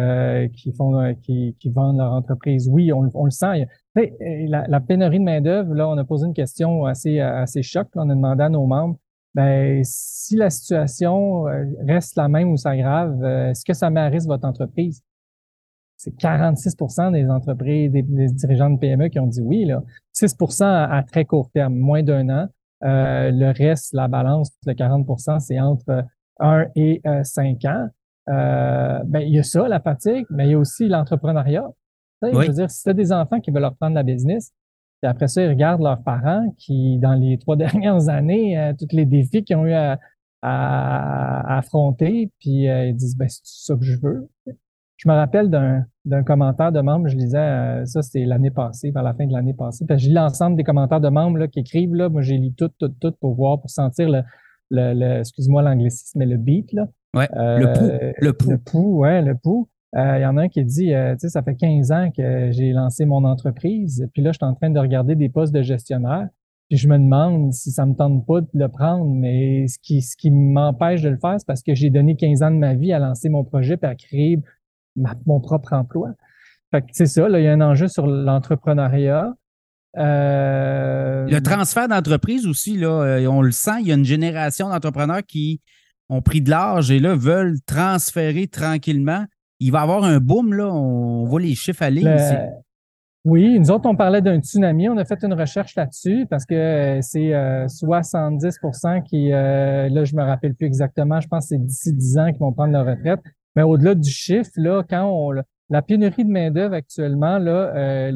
qui vendent leur entreprise. Oui, on le sent. Tu sais, la pénurie de main-d'œuvre, là, on a posé une question assez choc, là. On a demandé à nos membres. Ben, si la situation reste la même ou s'aggrave, est-ce que ça met à risque votre entreprise? C'est 46 des entreprises, des dirigeants de PME qui ont dit oui, là. 6 à très court terme, moins d'un an. Le reste, la balance, le 40 c'est entre 1 et 5 ans. Ben, il y a ça, la fatigue, mais il y a aussi l'entrepreneuriat. Tu sais, Oui. je veux dire, si tu as des enfants qui veulent leur prendre la business, puis après ça, ils regardent leurs parents qui, dans les 3 dernières années, tous les défis qu'ils ont eu à affronter, puis ils disent, ben, c'est ça que je veux. Je me rappelle d'un commentaire de membres, je lisais, ça c'était l'année passée, vers la fin de l'année passée. J'ai lu l'ensemble des commentaires de membres là, qui écrivent, là, moi j'ai lu tout pour voir, pour sentir excuse-moi l'anglicisme, mais le beat, là. Ouais, le pouls. Le pouls, ouais, le pouls. Il y en a un qui dit, tu sais, ça fait 15 ans que j'ai lancé mon entreprise, puis là, je suis en train de regarder des postes de gestionnaire, puis je me demande si ça me tente pas de le prendre, mais ce qui m'empêche de le faire, c'est parce que j'ai donné 15 ans de ma vie à lancer mon projet puis à créer mon propre emploi. Fait que c'est ça, là, il y a un enjeu sur l'entrepreneuriat. Le transfert d'entreprise aussi, là, on le sent, il y a une génération d'entrepreneurs qui ont pris de l'âge et là veulent transférer tranquillement. Il va y avoir un boom, là, on voit les chiffres aller. le- oui, nous autres, on parlait d'un tsunami. On a fait une recherche là-dessus parce que c'est 70% qui, là, je me rappelle plus exactement, je pense que c'est d'ici 10 ans qu'ils vont prendre leur retraite. Mais au-delà du chiffre, là, la pénurie de main-d'œuvre actuellement, là,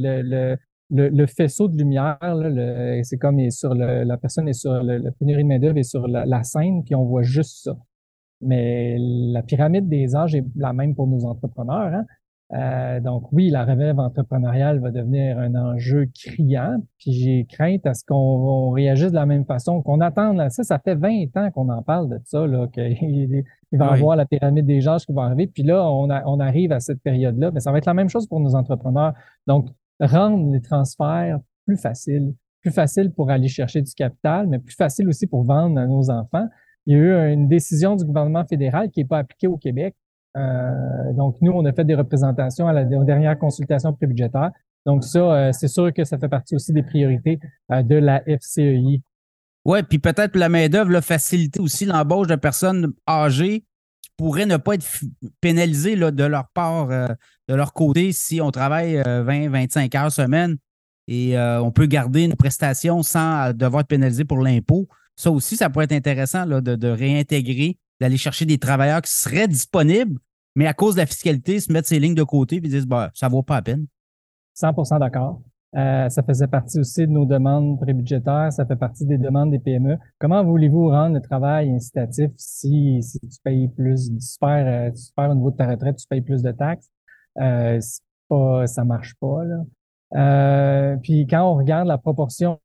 le faisceau de lumière, là, c'est comme la personne est sur la pénurie de main-d'œuvre est sur la scène, puis on voit juste ça. Mais la pyramide des âges est la même pour nos entrepreneurs, hein. Donc oui, la relève entrepreneuriale va devenir un enjeu criant, puis j'ai crainte à ce qu'on réagisse de la même façon, qu'on attende là. Ça fait 20 ans qu'on en parle de ça, là, qu'il va y Oui. avoir la pyramide des âges qui va arriver, puis là, on arrive à cette période-là, mais ça va être la même chose pour nos entrepreneurs. Donc, rendre les transferts plus faciles pour aller chercher du capital, mais plus facile aussi pour vendre à nos enfants. Il y a eu une décision du gouvernement fédéral qui n'est pas appliquée au Québec. Donc, nous, on a fait des représentations aux dernières consultations prébudgétaires. Donc, ça, c'est sûr que ça fait partie aussi des priorités de la FCEI. Oui, puis peut-être la main-d'œuvre, là, faciliter aussi l'embauche de personnes âgées qui pourraient ne pas être pénalisées là, de leur part, de leur côté, si on travaille 20-25 heures semaine et on peut garder une prestation sans devoir être pénalisé pour l'impôt. Ça aussi, ça pourrait être intéressant là, de réintégrer, d'aller chercher des travailleurs qui seraient disponibles, mais à cause de la fiscalité, se mettre ces lignes de côté et disent bah, ça ne vaut pas la peine. 100% d'accord. Ça faisait partie aussi de nos demandes prébudgétaires, ça fait partie des demandes des PME. Comment voulez-vous rendre le travail incitatif si tu payes plus, tu perds au niveau de ta retraite, tu payes plus de taxes? Ça marche pas, là. Puis quand on regarde la proportion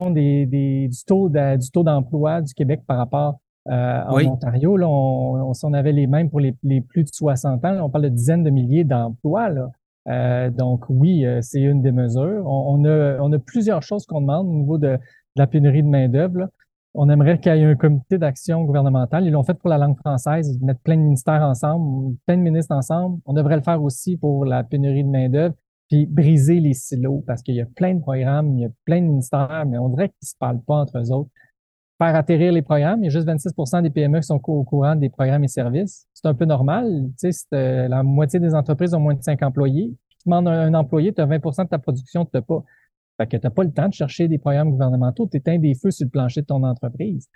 du taux d'emploi du Québec par rapport en Oui. Ontario, là, si on avait les mêmes pour les plus de 60 ans, là, on parle de dizaines de milliers d'emplois, là. Donc oui, c'est une des mesures. On a plusieurs choses qu'on demande au niveau de la pénurie de main-d'œuvre, là. On aimerait qu'il y ait un comité d'action gouvernemental. Ils l'ont fait pour la langue française, mettre plein de ministères ensemble, plein de ministres ensemble. On devrait le faire aussi pour la pénurie de main-d'œuvre, puis briser les silos parce qu'il y a plein de programmes, il y a plein de ministères, mais on dirait qu'ils se parlent pas entre eux autres. Faire atterrir les programmes, il y a juste 26% des PME qui sont au courant des programmes et services. C'est un peu normal. Tu sais, la moitié des entreprises ont moins de 5 employés. Tu demandes un employé, tu as 20% de ta production, tu n'as pas. Fait que tu n'as pas le temps de chercher des programmes gouvernementaux, tu éteins des feux sur le plancher de ton entreprise.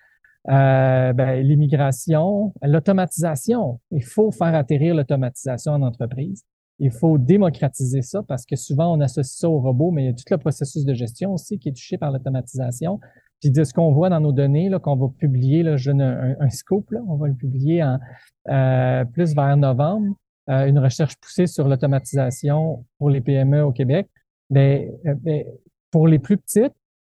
L'immigration, l'automatisation. Il faut faire atterrir l'automatisation en entreprise. Il faut démocratiser ça parce que souvent on associe ça au robot, mais il y a tout le processus de gestion aussi qui est touché par l'automatisation. Puis de ce qu'on voit dans nos données, là, qu'on va publier, là, je donne un scoop, là, on va le publier plus vers novembre, une recherche poussée sur l'automatisation pour les PME au Québec. Pour les plus petites,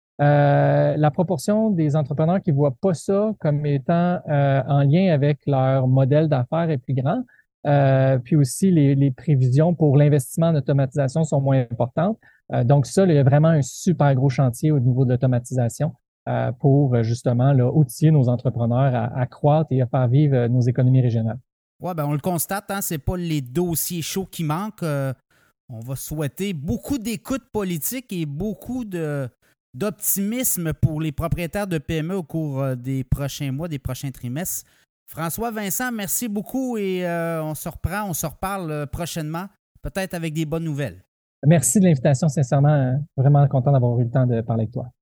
la proportion des entrepreneurs qui voient pas ça comme étant en lien avec leur modèle d'affaires est plus grand. Puis aussi, les prévisions pour l'investissement en automatisation sont moins importantes. Donc ça, il y a vraiment un super gros chantier au niveau de l'automatisation pour justement là, outiller nos entrepreneurs à croître et à faire vivre nos économies régionales. Oui, ben on le constate, hein, ce n'est pas les dossiers chauds qui manquent. On va souhaiter beaucoup d'écoute politique et beaucoup d'optimisme pour les propriétaires de PME au cours des prochains mois, des prochains trimestres. François Vincent, merci beaucoup et on se reparle prochainement, peut-être avec des bonnes nouvelles. Merci de l'invitation, sincèrement. Vraiment content d'avoir eu le temps de parler avec toi.